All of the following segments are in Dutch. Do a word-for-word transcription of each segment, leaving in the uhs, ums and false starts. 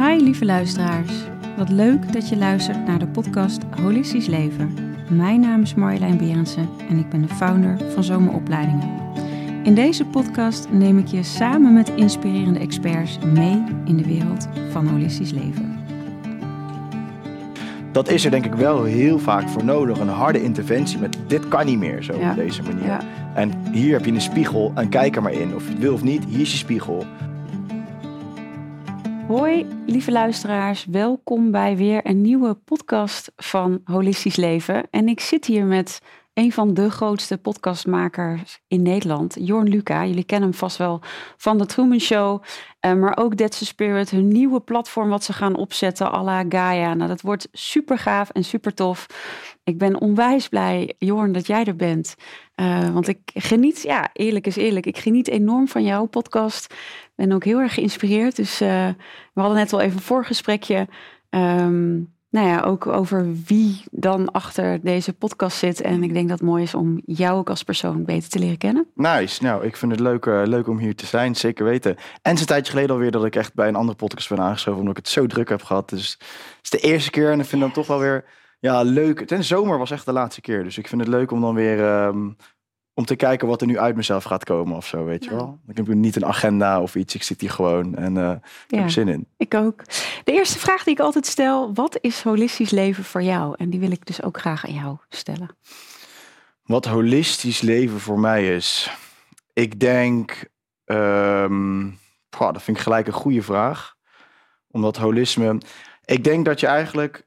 Hi lieve luisteraars, wat leuk dat je luistert naar de podcast Holistisch Leven. Mijn naam is Marjolein Berendsen en ik ben de founder van Zomeropleidingen. In deze podcast neem ik je samen met inspirerende experts mee in de wereld van holistisch leven. Dat is er denk ik wel heel vaak voor nodig, een harde interventie met dit kan niet meer zo ja. op deze manier. Ja. En hier heb je een spiegel en kijk er maar in, of je het wil of niet, hier is je spiegel. Hoi lieve luisteraars, welkom bij weer een nieuwe podcast van Holistisch Leven. En ik zit hier met een van de grootste podcastmakers in Nederland, Jorn Luca. Jullie kennen hem vast wel van de Truman Show, uh, maar ook That's the Spirit, hun nieuwe platform wat ze gaan opzetten, à la Gaia. Nou, dat wordt super gaaf en super tof. Ik ben onwijs blij, Jorn, dat jij er bent. Uh, want ik geniet, ja, eerlijk is eerlijk, ik geniet enorm van jouw podcast. Ik ben ook heel erg geïnspireerd. Dus uh, we hadden net al even een voorgesprekje. Um, nou ja, ook over wie dan achter deze podcast zit. En ik denk dat het mooi is om jou ook als persoon beter te leren kennen. Nice. Nou, ik vind het leuk, uh, leuk om hier te zijn. Zeker weten. En het is een tijdje geleden alweer dat ik echt bij een andere podcast ben aangeschoven. Omdat ik het zo druk heb gehad. Dus het is de eerste keer. En ik vind het dan toch wel weer ja, leuk. Ten zomer was echt de laatste keer. Dus ik vind het leuk om dan weer Um, om te kijken wat er nu uit mezelf gaat komen of zo, weet je wel. Ik heb niet een agenda of iets. Ik zit hier gewoon en uh, ik ja, heb er zin in. Ik ook. De eerste vraag die ik altijd stel, wat is holistisch leven voor jou? En die wil ik dus ook graag aan jou stellen. Wat holistisch leven voor mij is? Ik denk, um, boah, dat vind ik gelijk een goede vraag. Omdat holisme, ik denk dat je eigenlijk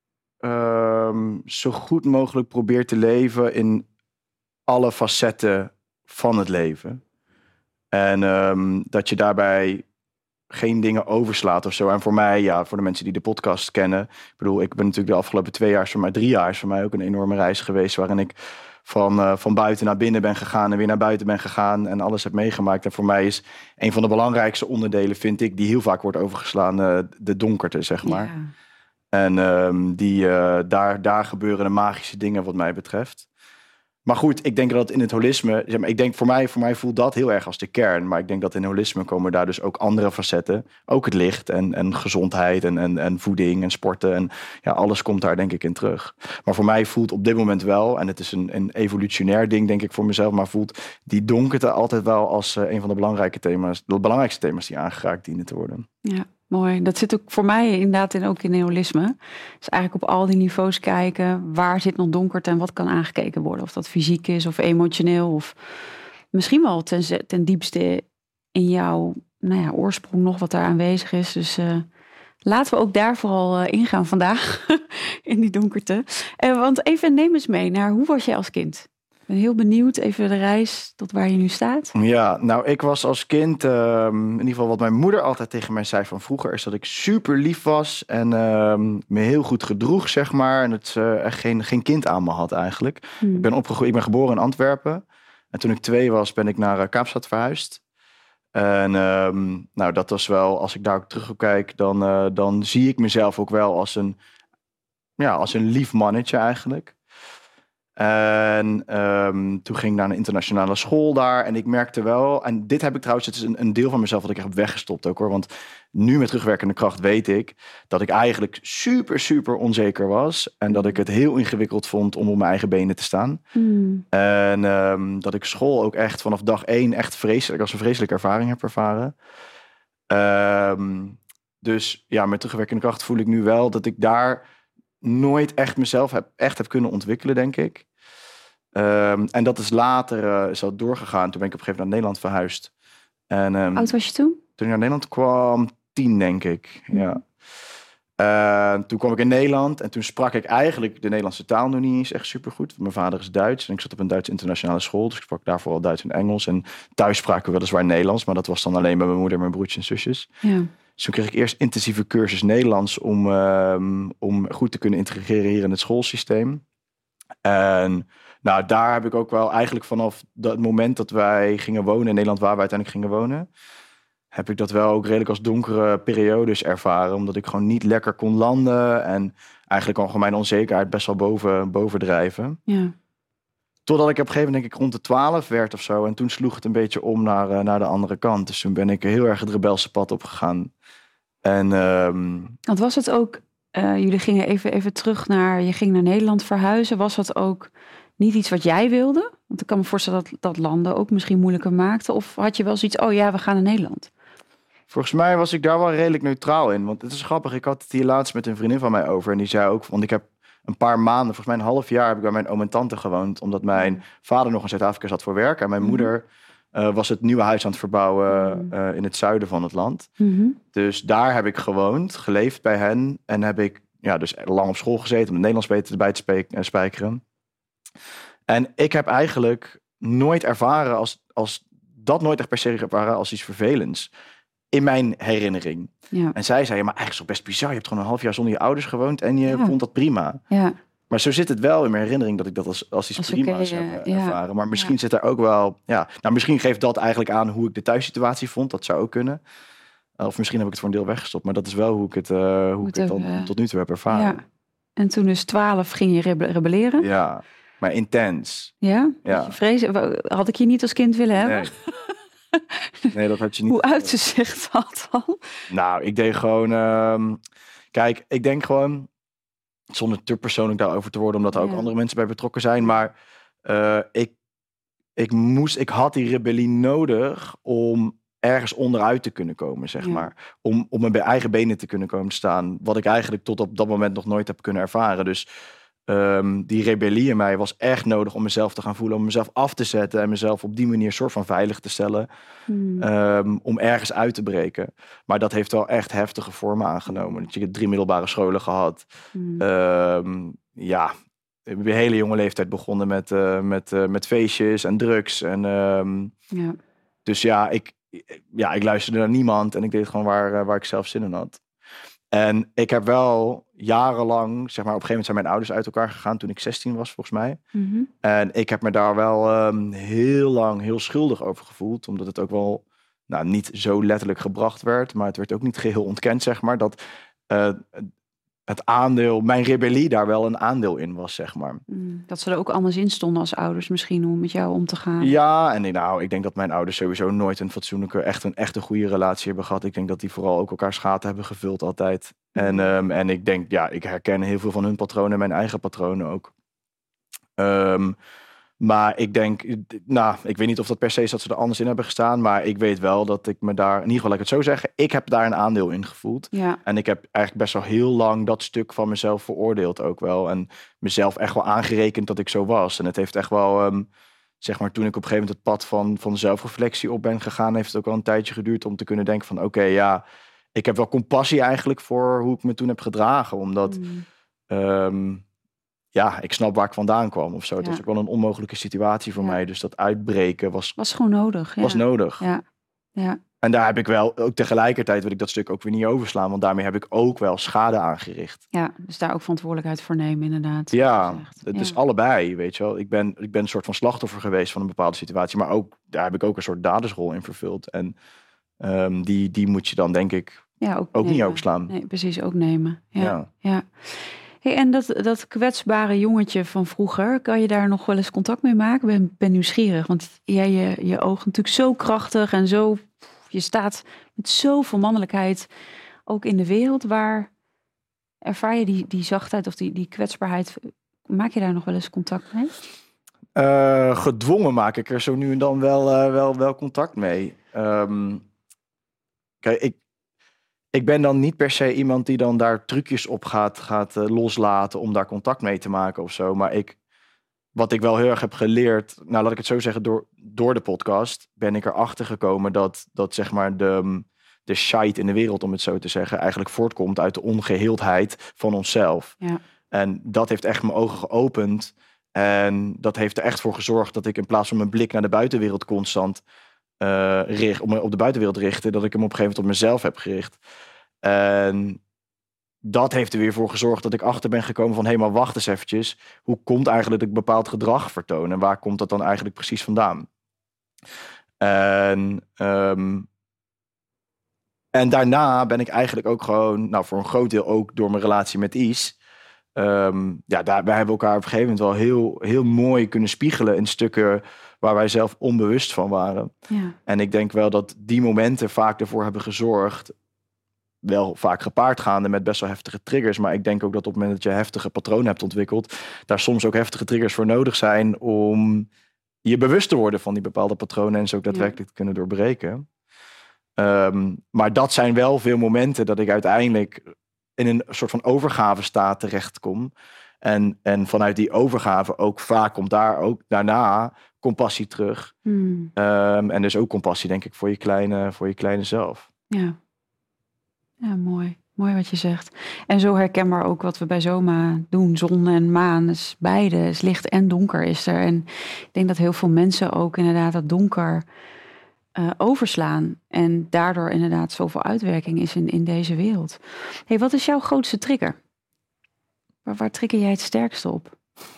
um, zo goed mogelijk probeert te leven in alle facetten van het leven. En um, dat je daarbij geen dingen overslaat of zo. En voor mij, ja, voor de mensen die de podcast kennen. Ik bedoel, ik ben natuurlijk de afgelopen twee jaar, voor mij drie jaar, is voor mij ook een enorme reis geweest. Waarin ik van, uh, van buiten naar binnen ben gegaan en weer naar buiten ben gegaan. En alles heb meegemaakt. En voor mij is een van de belangrijkste onderdelen, vind ik, die heel vaak wordt overgeslaan, uh, de donkerte, zeg maar. Ja. En um, die, uh, daar, daar gebeuren de magische dingen wat mij betreft. Maar goed, ik denk dat in het holisme, zeg maar, ik denk voor mij, voor mij voelt dat heel erg als de kern. Maar ik denk dat in holisme komen daar dus ook andere facetten. Ook het licht en, en gezondheid en, en, en voeding en sporten. En ja, alles komt daar denk ik in terug. Maar voor mij voelt op dit moment wel, en het is een, een evolutionair ding denk ik voor mezelf, maar voelt die donkerte altijd wel als uh, een van de belangrijke thema's, de belangrijkste thema's die aangeraakt dienen te worden. Ja. Mooi, dat zit ook voor mij inderdaad in, ook in neolisme. Dus eigenlijk op al die niveaus kijken, waar zit nog donkerte en wat kan aangekeken worden. Of dat fysiek is of emotioneel of misschien wel ten, ten diepste in jouw nou ja, oorsprong nog wat daar aanwezig is. Dus uh, laten we ook daar vooral uh, ingaan vandaag, in die donkerte. Uh, want even neem eens mee naar, hoe was jij als kind? Ik ben heel benieuwd, even de reis tot waar je nu staat. Ja, nou ik was als kind, um, in ieder geval wat mijn moeder altijd tegen mij zei van vroeger, is dat ik super lief was en um, me heel goed gedroeg, zeg maar. En het uh, echt geen, geen kind aan me had eigenlijk. Hmm. Ik ben opgegroeid, ik ben geboren in Antwerpen. En toen ik twee was, ben ik naar uh, Kaapstad verhuisd. En um, nou, dat was wel, als ik daar ook terug op kijk, dan, uh, dan zie ik mezelf ook wel als een, ja, als een lief mannetje eigenlijk. En um, toen ging ik naar een internationale school daar. En ik merkte wel, en dit heb ik trouwens, het is een, een deel van mezelf wat ik heb weggestopt ook hoor. Want nu met terugwerkende kracht weet ik dat ik eigenlijk super, super onzeker was. En dat ik het heel ingewikkeld vond om op mijn eigen benen te staan. Mm. En um, dat ik school ook echt vanaf dag één echt vreselijk, als een vreselijke ervaring heb ervaren. Um, dus ja, met terugwerkende kracht voel ik nu wel dat ik daar nooit echt mezelf heb, echt heb kunnen ontwikkelen, denk ik. Um, en dat is later uh, is dat doorgegaan. Toen ben ik op een gegeven moment naar Nederland verhuisd. En, um, Hoe oud was je toen? Toen ik naar Nederland kwam, tien denk ik. Mm. Ja. Uh, toen kwam ik in Nederland en toen sprak ik eigenlijk de Nederlandse taal nog niet eens echt supergoed. Mijn vader is Duits en ik zat op een Duitse internationale school. Dus ik sprak daar vooral Duits en Engels. En thuis spraken we weliswaar Nederlands, maar dat was dan alleen bij mijn moeder, mijn broertjes en zusjes. Ja. Dus toen kreeg ik eerst intensieve cursus Nederlands om, um, om goed te kunnen integreren hier in het schoolsysteem. En nou, daar heb ik ook wel eigenlijk vanaf dat moment dat wij gingen wonen in Nederland, waar we uiteindelijk gingen wonen, heb ik dat wel ook redelijk als donkere periodes ervaren. Omdat ik gewoon niet lekker kon landen. En eigenlijk kon gewoon mijn onzekerheid best wel boven, bovendrijven. Ja. Totdat ik op een gegeven moment denk ik rond de twaalf werd of zo. En toen sloeg het een beetje om naar, uh, naar de andere kant. Dus toen ben ik heel erg het rebelse pad opgegaan. En, um, Want was het ook, uh, jullie gingen even, even terug naar, je ging naar Nederland verhuizen. Was dat ook niet iets wat jij wilde? Want ik kan me voorstellen dat, dat landen ook misschien moeilijker maakten. Of had je wel zoiets, oh ja, we gaan naar Nederland? Volgens mij was ik daar wel redelijk neutraal in. Want het is grappig, ik had het hier laatst met een vriendin van mij over. En die zei ook, want ik heb een paar maanden, volgens mij een half jaar... heb ik bij mijn oom en tante gewoond. Omdat mijn vader nog in Zuid-Afrika zat voor werk. En mijn mm-hmm. moeder uh, was het nieuwe huis aan het verbouwen uh, in het zuiden van het land. Mm-hmm. Dus daar heb ik gewoond, geleefd bij hen. En heb ik ja, dus lang op school gezeten om het Nederlands beter erbij te spe- uh, spijkeren. En ik heb eigenlijk nooit ervaren, als, als dat nooit echt per se ervaren als iets vervelends. In mijn herinnering. Ja. En zij zei, ja, maar eigenlijk is het best bizar. Je hebt gewoon een half jaar zonder je ouders gewoond en je ja. vond dat prima. Ja. Maar zo zit het wel in mijn herinnering dat ik dat als, als iets als prima's okay, heb uh, ervaren. Ja. Maar misschien ja. zit er ook wel... Ja, nou, misschien geeft dat eigenlijk aan hoe ik de thuissituatie vond. Dat zou ook kunnen. Of misschien heb ik het voor een deel weggestopt. Maar dat is wel hoe ik het, uh, hoe ik het dan uh, tot nu toe heb ervaren. Ja. En toen dus twaalf ging je rebe- rebelleren? Ja, maar intens. Ja? ja. Je vrezen, had ik je niet als kind willen hebben? Nee. Nee, dat had je niet. Hoe uitte zich dat dan? Nou, ik deed gewoon... Uh, kijk, ik denk gewoon... Zonder te persoonlijk daarover te worden, omdat er ook ja. andere mensen bij betrokken zijn. Maar uh, ik, ik, moest, ik had die rebellie nodig om ergens onderuit te kunnen komen, zeg ja. maar. Om op mijn eigen benen te kunnen komen staan. Wat ik eigenlijk tot op dat moment nog nooit heb kunnen ervaren. Dus um, die rebellie in mij was echt nodig om mezelf te gaan voelen. Om mezelf af te zetten en mezelf op die manier soort van veilig te stellen. Hmm. Um, om ergens uit te breken. Maar dat heeft wel echt heftige vormen aangenomen. Dat je hebt drie middelbare scholen gehad. Hmm. Um, ja, ik ben een hele jonge leeftijd begonnen met, uh, met, uh, met feestjes en drugs. En, um, ja. Dus ja ik, ja, ik luisterde naar niemand. En ik deed gewoon waar, uh, waar ik zelf zin in had. En ik heb wel jarenlang, zeg maar, op een gegeven moment zijn mijn ouders uit elkaar gegaan toen ik zestien was, volgens mij. Mm-hmm. En ik heb me daar wel um, heel lang heel schuldig over gevoeld, omdat het ook wel, nou, niet zo letterlijk gebracht werd, maar het werd ook niet geheel ontkend, zeg maar, dat uh, het aandeel, mijn rebellie daar wel een aandeel in was, zeg maar. Mm, dat ze er ook anders in stonden als ouders misschien om met jou om te gaan. Ja, en nou, ik denk dat mijn ouders sowieso nooit een fatsoenlijke, echt een echte goede relatie hebben gehad. Ik denk dat die vooral ook elkaars gaten hebben gevuld altijd. Mm. En, um, en ik denk, ja, ik herken heel veel van hun patronen en mijn eigen patronen ook. Um, maar ik denk, nou, ik weet niet of dat per se is dat ze er anders in hebben gestaan. Maar ik weet wel dat ik me daar, in ieder geval laat ik het zo zeggen, ik heb daar een aandeel in gevoeld. Ja. En ik heb eigenlijk best wel heel lang dat stuk van mezelf veroordeeld ook wel. En mezelf echt wel aangerekend dat ik zo was. En het heeft echt wel, um, zeg maar, toen ik op een gegeven moment het pad van, van zelfreflectie op ben gegaan, heeft het ook al een tijdje geduurd om te kunnen denken van, oké, okay, ja, ik heb wel compassie eigenlijk voor hoe ik me toen heb gedragen. Omdat... Mm. Um, Ja, ik snap waar ik vandaan kwam of zo. Het ja. was ook wel een onmogelijke situatie voor ja. mij. Dus dat uitbreken was... Was gewoon nodig. Ja. Was nodig. Ja. Ja. En daar heb ik wel, ook tegelijkertijd wil ik dat stuk ook weer niet overslaan. Want daarmee heb ik ook wel schade aangericht. Ja, dus daar ook verantwoordelijkheid voor nemen inderdaad. Ja, het ja. is allebei, weet je wel. Ik ben, ik ben een soort van slachtoffer geweest van een bepaalde situatie. Maar ook, daar heb ik ook een soort dadersrol in vervuld. En um, die, die moet je dan denk ik ja, ook, ook niet overslaan. Nee, precies, ook nemen. Ja, ja. ja. Hey, en dat, dat kwetsbare jongetje van vroeger, kan je daar nog wel eens contact mee maken? Ik ben, ben nieuwsgierig, want jij, je, je ogen natuurlijk zo krachtig en zo, je staat met zoveel mannelijkheid ook in de wereld. Waar ervaar je die, die zachtheid of die, die kwetsbaarheid? Maak je daar nog wel eens contact mee? Uh, gedwongen maak ik er zo nu en dan wel, uh, wel, wel contact mee. Um, kijk, ik Ik ben dan niet per se iemand die dan daar trucjes op gaat, gaat uh, loslaten om daar contact mee te maken of zo. Maar ik, wat ik wel heel erg heb geleerd, nou laat ik het zo zeggen, door, door de podcast ben ik erachter gekomen dat, dat zeg maar de, de shite in de wereld, om het zo te zeggen, eigenlijk voortkomt uit de ongeheeldheid van onszelf. Ja. En dat heeft echt mijn ogen geopend. En dat heeft er echt voor gezorgd dat ik in plaats van mijn blik naar de buitenwereld constant Uh, richt, op, me, op de buitenwereld richten, dat ik hem op een gegeven moment op mezelf heb gericht. En dat heeft er weer voor gezorgd dat ik achter ben gekomen van, hé, hey, maar wacht eens eventjes. Hoe komt eigenlijk dat ik bepaald gedrag vertoon? En waar komt dat dan eigenlijk precies vandaan? En, um, en daarna ben ik eigenlijk ook gewoon, nou voor een groot deel ook door mijn relatie met Is, um, ja, daar, wij hebben elkaar op een gegeven moment wel heel, heel mooi kunnen spiegelen in stukken waar wij zelf onbewust van waren. Ja. En ik denk wel dat die momenten vaak ervoor hebben gezorgd wel vaak gepaard gaande met best wel heftige triggers. Maar ik denk ook dat op het moment dat je heftige patronen hebt ontwikkeld, daar soms ook heftige triggers voor nodig zijn om je bewust te worden van die bepaalde patronen en ze ook daadwerkelijk te kunnen doorbreken. Um, maar dat zijn wel veel momenten dat ik uiteindelijk in een soort van overgave-staat terechtkom. En, en vanuit die overgave ook vaak komt daar ook daarna compassie terug. Hmm. Um, en dus ook compassie, denk ik, voor je kleine, voor je kleine zelf. Ja. Ja, mooi. Mooi wat je zegt. En zo herkenbaar ook wat we bij Zoma doen. Zon en maan, is beide. Is licht en donker is er. En ik denk dat heel veel mensen ook inderdaad dat donker uh, overslaan. En daardoor inderdaad zoveel uitwerking is in, in deze wereld. Hey, wat is jouw grootste trigger? Waar, waar trigger jij het sterkste op?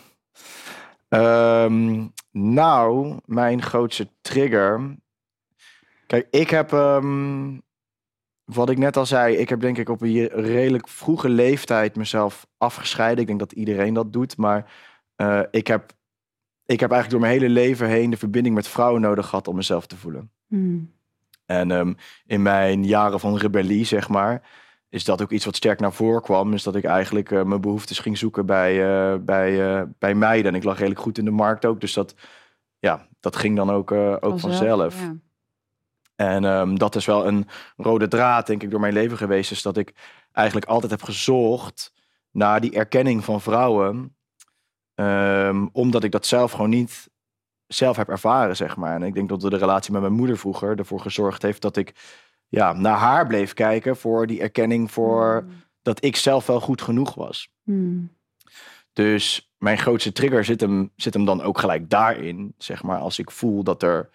Um, nou, mijn grootste trigger... Kijk, ik heb... Um... Wat ik net al zei, ik heb denk ik op een redelijk vroege leeftijd mezelf afgescheiden. Ik denk dat iedereen dat doet, maar uh, ik, heb, ik heb eigenlijk door mijn hele leven heen de verbinding met vrouwen nodig gehad om mezelf te voelen. Hmm. En um, in mijn jaren van rebellie, zeg maar, is dat ook iets wat sterk naar voren kwam. Is dat ik eigenlijk uh, mijn behoeftes ging zoeken bij, uh, bij, uh, bij meiden. En ik lag redelijk goed in de markt ook, dus dat, ja, dat ging dan ook, uh, ook vanzelf. vanzelf. Ja. En um, dat is wel een rode draad, denk ik, door mijn leven geweest. Is dat ik eigenlijk altijd heb gezocht naar die erkenning van vrouwen. Um, omdat ik dat zelf gewoon niet zelf heb ervaren, zeg maar. En ik denk dat de relatie met mijn moeder vroeger ervoor gezorgd heeft dat ik ja, naar haar bleef kijken voor die erkenning voor mm. dat ik zelf wel goed genoeg was. Mm. Dus mijn grootste trigger zit hem, zit hem dan ook gelijk daarin, zeg maar. Als ik voel dat er...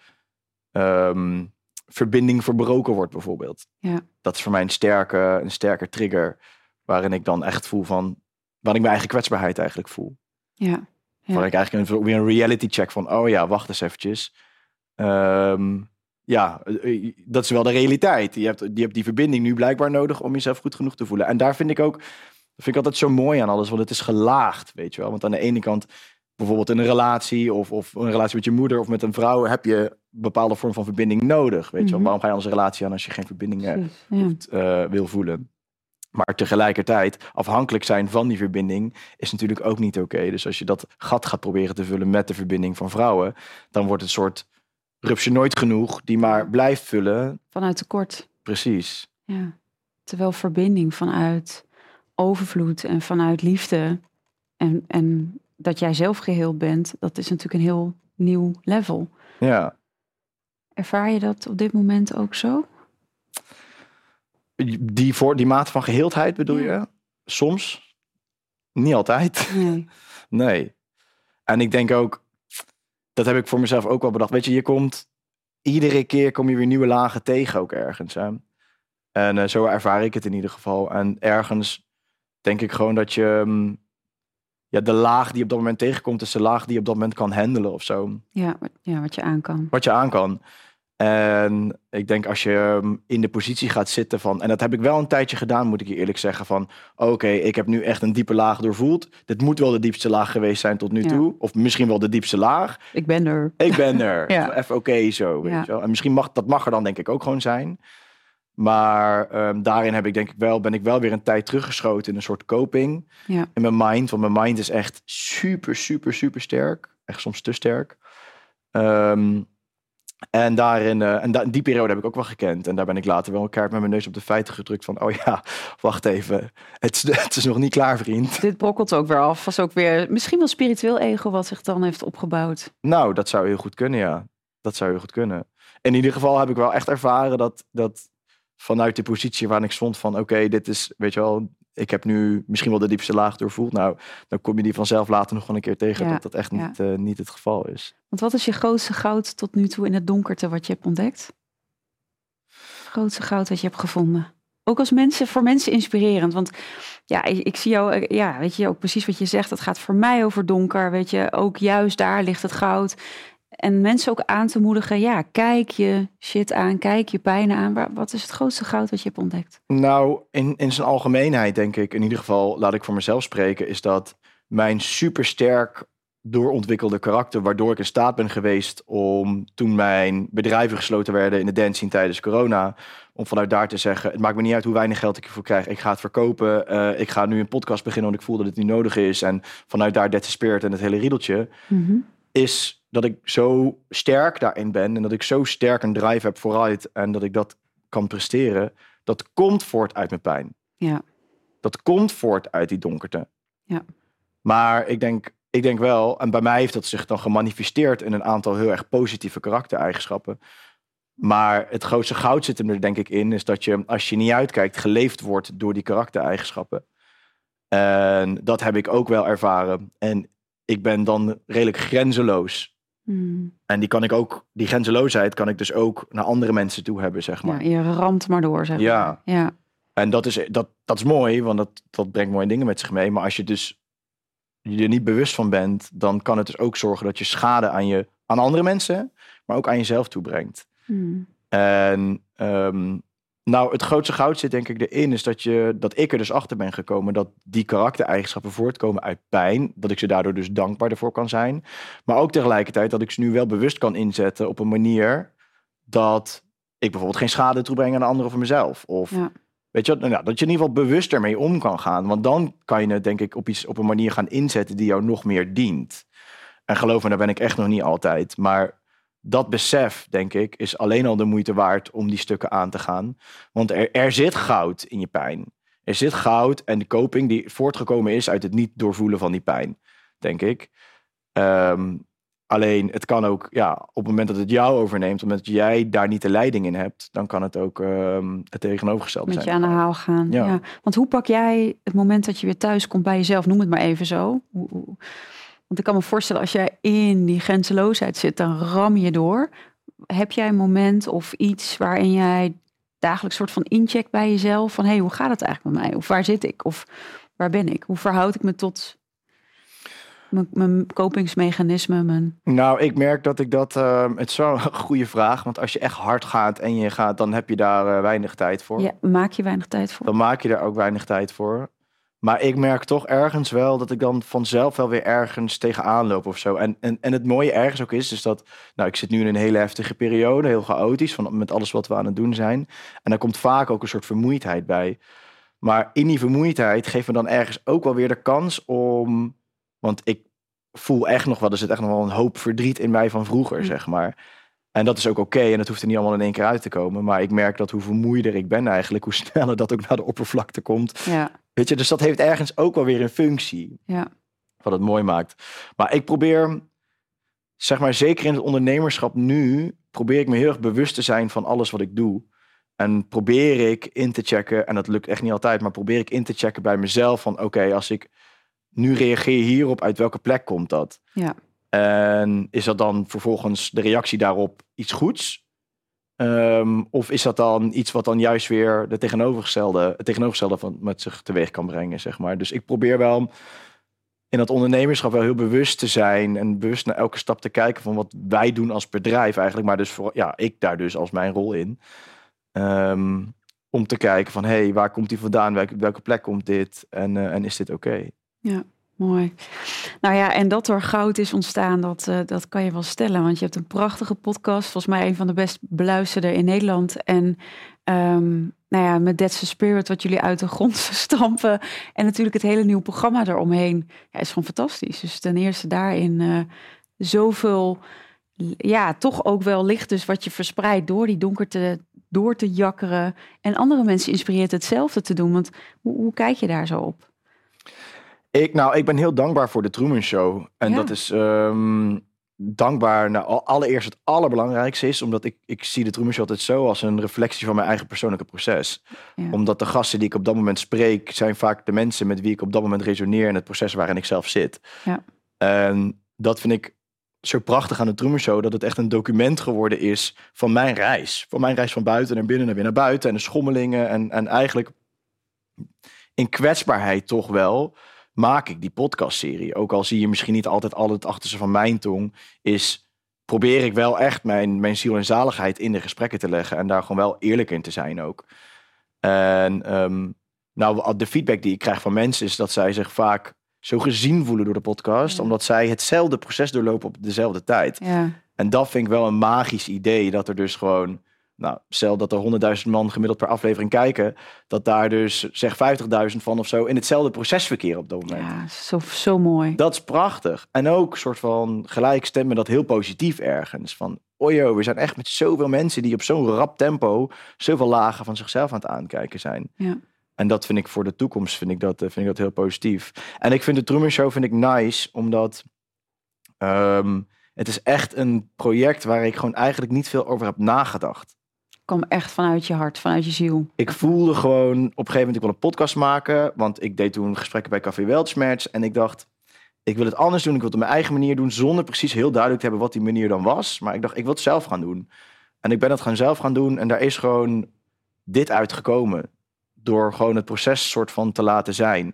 Um, verbinding verbroken wordt bijvoorbeeld. Ja. Dat is voor mij een sterke, een sterke trigger waarin ik dan echt voel van, waarin ik mijn eigen kwetsbaarheid eigenlijk voel. Ja. Ja. Waar ik eigenlijk een, weer een reality check van, oh ja, wacht eens eventjes. Um, ja, dat is wel de realiteit. Je hebt, je hebt die verbinding nu blijkbaar nodig om jezelf goed genoeg te voelen. En daar vind ik ook, dat vind ik altijd zo mooi aan alles, want het is gelaagd, weet je wel. Want aan de ene kant, bijvoorbeeld in een relatie of, of een relatie met je moeder of met een vrouw, heb je een bepaalde vorm van verbinding nodig. Weet je wel? Mm-hmm. Waarom ga je anders een relatie aan als je geen verbinding uh, ja. hoeft, uh, wil voelen? Maar tegelijkertijd, afhankelijk zijn van die verbinding is natuurlijk ook niet oké. Okay. Dus als je dat gat gaat proberen te vullen met de verbinding van vrouwen, dan wordt het een soort rupsje nooit genoeg die maar blijft vullen. Vanuit tekort. Precies. Ja. Terwijl verbinding vanuit overvloed en vanuit liefde en, en dat jij zelf geheel bent, dat is natuurlijk een heel nieuw level. Ja. Ervaar je dat op dit moment ook zo? Die, voor, die mate van geheeldheid bedoel ja. je? Soms. Niet altijd. Nee. Nee. En ik denk ook, dat heb ik voor mezelf ook wel bedacht. Weet je, je komt, iedere keer kom je weer nieuwe lagen tegen ook ergens. Hè? En uh, zo ervaar ik het in ieder geval. En ergens denk ik gewoon dat je, um, ja, de laag die je op dat moment tegenkomt, is de laag die je op dat moment kan handelen of zo. Ja, ja, wat je aan kan. Wat je aan kan. En ik denk als je in de positie gaat zitten van... En dat heb ik wel een tijdje gedaan, moet ik je eerlijk zeggen. Van oké, okay, ik heb nu echt een diepe laag doorvoeld. Dit moet wel de diepste laag geweest zijn tot nu ja. toe. Of misschien wel de diepste laag. Ik ben er. Ik ben er. ja. Even oké okay, zo, weet ja. je wel. En misschien mag dat mag er dan denk ik ook gewoon zijn. Maar um, daarin heb ik denk ik wel, ben ik wel weer een tijd teruggeschoten in een soort coping. Ja. In mijn mind. Want mijn mind is echt super, super, super sterk. Echt soms te sterk. Um, En daarin, uh, en da- die periode heb ik ook wel gekend. En daar ben ik later wel een kaart met mijn neus op de feiten gedrukt van, oh ja, wacht even. Het is, het is nog niet klaar, vriend. Dit brokkelt ook weer af. Was ook weer misschien wel spiritueel ego wat zich dan heeft opgebouwd. Nou, dat zou heel goed kunnen, ja. Dat zou heel goed kunnen. In ieder geval heb ik wel echt ervaren dat, dat vanuit de positie waarin ik stond van, oké, okay, dit is, weet je wel, ik heb nu misschien wel de diepste laag doorvoeld. Nou, dan kom je die vanzelf later nog wel een keer tegen ja, dat dat echt ja. niet, uh, niet het geval is. Want wat is je grootste goud tot nu toe in het donkerte wat je hebt ontdekt? Grootste goud wat je hebt gevonden? Ook als mensen, voor mensen inspirerend. Want ja, ik, ik zie jou, ja, weet je, ook precies wat je zegt. Het gaat voor mij over donker, weet je. Ook juist daar ligt het goud. En mensen ook aan te moedigen, ja, kijk je shit aan, kijk je pijn aan. Wat is het grootste goud wat je hebt ontdekt? Nou, in, in zijn algemeenheid denk ik, in ieder geval laat ik voor mezelf spreken, is dat mijn supersterk doorontwikkelde karakter, waardoor ik in staat ben geweest om, toen mijn bedrijven gesloten werden in de dance scene tijdens corona, om vanuit daar te zeggen, het maakt me niet uit hoe weinig geld ik ervoor krijg, ik ga het verkopen, uh, ik ga nu een podcast beginnen, want ik voel dat het nu nodig is, en vanuit daar That's the Spirit en het hele riedeltje, mm-hmm. is dat ik zo sterk daarin ben, en dat ik zo sterk een drive heb vooruit, en dat ik dat kan presteren, dat komt voort uit mijn pijn. Ja. Dat komt voort uit die donkerte. Ja. Maar ik denk, ik denk wel, en bij mij heeft dat zich dan gemanifesteerd in een aantal heel erg positieve karaktereigenschappen. Maar het grootste goud zit hem er denk ik in, is dat je, als je niet uitkijkt, geleefd wordt door die karaktereigenschappen. En dat heb ik ook wel ervaren. En ik ben dan redelijk grenzeloos. Mm. En die kan ik ook, die grenzeloosheid kan ik dus ook naar andere mensen toe hebben, zeg maar. Ja, je ramt maar door, zeg maar. Ja. Ja. En dat is, dat, dat is mooi, want dat, dat brengt mooie dingen met zich mee. Maar als je dus je er niet bewust van bent, dan kan het dus ook zorgen dat je schade aan je, aan andere mensen, maar ook aan jezelf toebrengt. Mm. En um, nou, het grootste goud zit denk ik erin, is dat, je, dat ik er dus achter ben gekomen dat die karaktereigenschappen voortkomen uit pijn, dat ik ze daardoor dus dankbaar ervoor kan zijn. Maar ook tegelijkertijd dat ik ze nu wel bewust kan inzetten op een manier dat ik bijvoorbeeld geen schade toebreng aan de anderen of aan mezelf. Of ja. Weet je, nou, dat je in ieder geval bewust ermee om kan gaan. Want dan kan je het denk ik op, iets, op een manier gaan inzetten die jou nog meer dient. En geloof me, daar ben ik echt nog niet altijd. Maar dat besef, denk ik, is alleen al de moeite waard om die stukken aan te gaan. Want er, er zit goud in je pijn. Er zit goud en de coping die voortgekomen is uit het niet doorvoelen van die pijn, denk ik. Um, Alleen, het kan ook, ja, op het moment dat het jou overneemt, omdat jij daar niet de leiding in hebt, dan kan het ook um, het tegenovergestelde zijn. Met je aan de haal gaan. Ja. Ja. Want hoe pak jij het moment dat je weer thuis komt bij jezelf? Noem het maar even zo. Hoe, hoe... Want ik kan me voorstellen, als jij in die grenzeloosheid zit, dan ram je door. Heb jij een moment of iets waarin jij dagelijks soort van incheckt bij jezelf? Van, hé, hey, hoe gaat het eigenlijk met mij? Of waar zit ik? Of waar ben ik? Hoe verhoud ik me tot Mijn, mijn kopingsmechanisme, mijn... Nou, ik merk dat ik dat... Uh, het is wel een goede vraag. Want als je echt hard gaat en je gaat, dan heb je daar uh, weinig tijd voor. Ja, maak je weinig tijd voor. Dan maak je daar ook weinig tijd voor. Maar ik merk toch ergens wel dat ik dan vanzelf wel weer ergens tegenaan loop of zo. En, en, en het mooie ergens ook is, is dat... Nou, ik zit nu in een hele heftige periode, heel chaotisch, van, met alles wat we aan het doen zijn. En daar komt vaak ook een soort vermoeidheid bij. Maar in die vermoeidheid geeft me dan ergens ook wel weer de kans om... Want ik voel echt nog wel, er zit echt nog wel een hoop verdriet in mij van vroeger, zeg maar. En dat is ook oké okay, en dat hoeft er niet allemaal in één keer uit te komen. Maar ik merk dat hoe vermoeider ik ben eigenlijk, hoe sneller dat ook naar de oppervlakte komt. Ja. Weet je, dus dat heeft ergens ook wel weer een functie. Ja. Wat het mooi maakt. Maar ik probeer, zeg maar zeker in het ondernemerschap nu, probeer ik me heel erg bewust te zijn van alles wat ik doe. En probeer ik in te checken, en dat lukt echt niet altijd, maar probeer ik in te checken bij mezelf van oké, okay, als ik nu reageer hierop, uit welke plek komt dat? Ja. En is dat dan vervolgens de reactie daarop iets goeds? Um, of is dat dan iets wat dan juist weer de tegenovergestelde, het tegenovergestelde van met zich teweeg kan brengen, zeg maar. Dus ik probeer wel in dat ondernemerschap wel heel bewust te zijn en bewust naar elke stap te kijken van wat wij doen als bedrijf eigenlijk, maar dus voor, ja, ik daar dus als mijn rol in. Um, om te kijken van, hé, hey, waar komt die vandaan? Welke, welke plek komt dit? En, uh, en is dit oké? Okay? Ja, mooi. Nou ja, en dat er goud is ontstaan, dat, uh, dat kan je wel stellen. Want je hebt een prachtige podcast, volgens mij een van de best beluisterde in Nederland. En um, nou ja, met That's the Spirit, wat jullie uit de grond stampen. En natuurlijk het hele nieuwe programma eromheen. Ja, is gewoon fantastisch. Dus ten eerste daarin uh, zoveel, ja, toch ook wel licht dus wat je verspreidt door die donkerte door te jakkeren. En andere mensen inspireert hetzelfde te doen. Want hoe, hoe kijk je daar zo op? Ik, nou, ik ben heel dankbaar voor de Truman Show. En ja. dat is um, dankbaar. Nou, allereerst het allerbelangrijkste is, omdat ik, ik zie de Truman Show altijd zo als een reflectie van mijn eigen persoonlijke proces. Ja. Omdat de gasten die ik op dat moment spreek, zijn vaak de mensen met wie ik op dat moment resoneer in het proces waarin ik zelf zit. Ja. En dat vind ik zo prachtig aan de Truman Show, dat het echt een document geworden is van mijn reis. Van mijn reis van buiten naar binnen en weer naar buiten. En de schommelingen. En, en eigenlijk in kwetsbaarheid toch wel maak ik die podcastserie. Ook al zie je misschien niet altijd al het achterste van mijn tong, is probeer ik wel echt mijn, mijn ziel en zaligheid in de gesprekken te leggen. En daar gewoon wel eerlijk in te zijn ook. En um, nou, de feedback die ik krijg van mensen is dat zij zich vaak zo gezien voelen door de podcast. Ja. Omdat zij hetzelfde proces doorlopen op dezelfde tijd. Ja. En dat vind ik wel een magisch idee. Dat er dus gewoon, nou, stel dat er honderdduizend man gemiddeld per aflevering kijken. Dat daar dus zeg vijftigduizend van of zo in hetzelfde proces verkeren op dat moment. Ja, zo, zo mooi. Dat is prachtig. En ook een soort van gelijk stemmen dat heel positief ergens. Van, oh joh, we zijn echt met zoveel mensen die op zo'n rap tempo zoveel lagen van zichzelf aan het aankijken zijn. Ja. En dat vind ik voor de toekomst vind ik dat, vind ik dat heel positief. En ik vind de Truman Show vind ik nice, omdat um, het is echt een project waar ik gewoon eigenlijk niet veel over heb nagedacht. Kwam echt vanuit je hart, vanuit je ziel. Ik voelde gewoon op een gegeven moment, ik wil een podcast maken. Want ik deed toen gesprekken bij Café Weltschmerz. En ik dacht, ik wil het anders doen. Ik wil het op mijn eigen manier doen. Zonder precies heel duidelijk te hebben wat die manier dan was. Maar ik dacht, ik wil het zelf gaan doen. En ik ben het gaan zelf gaan doen. En daar is gewoon dit uitgekomen. Door gewoon het proces soort van te laten zijn.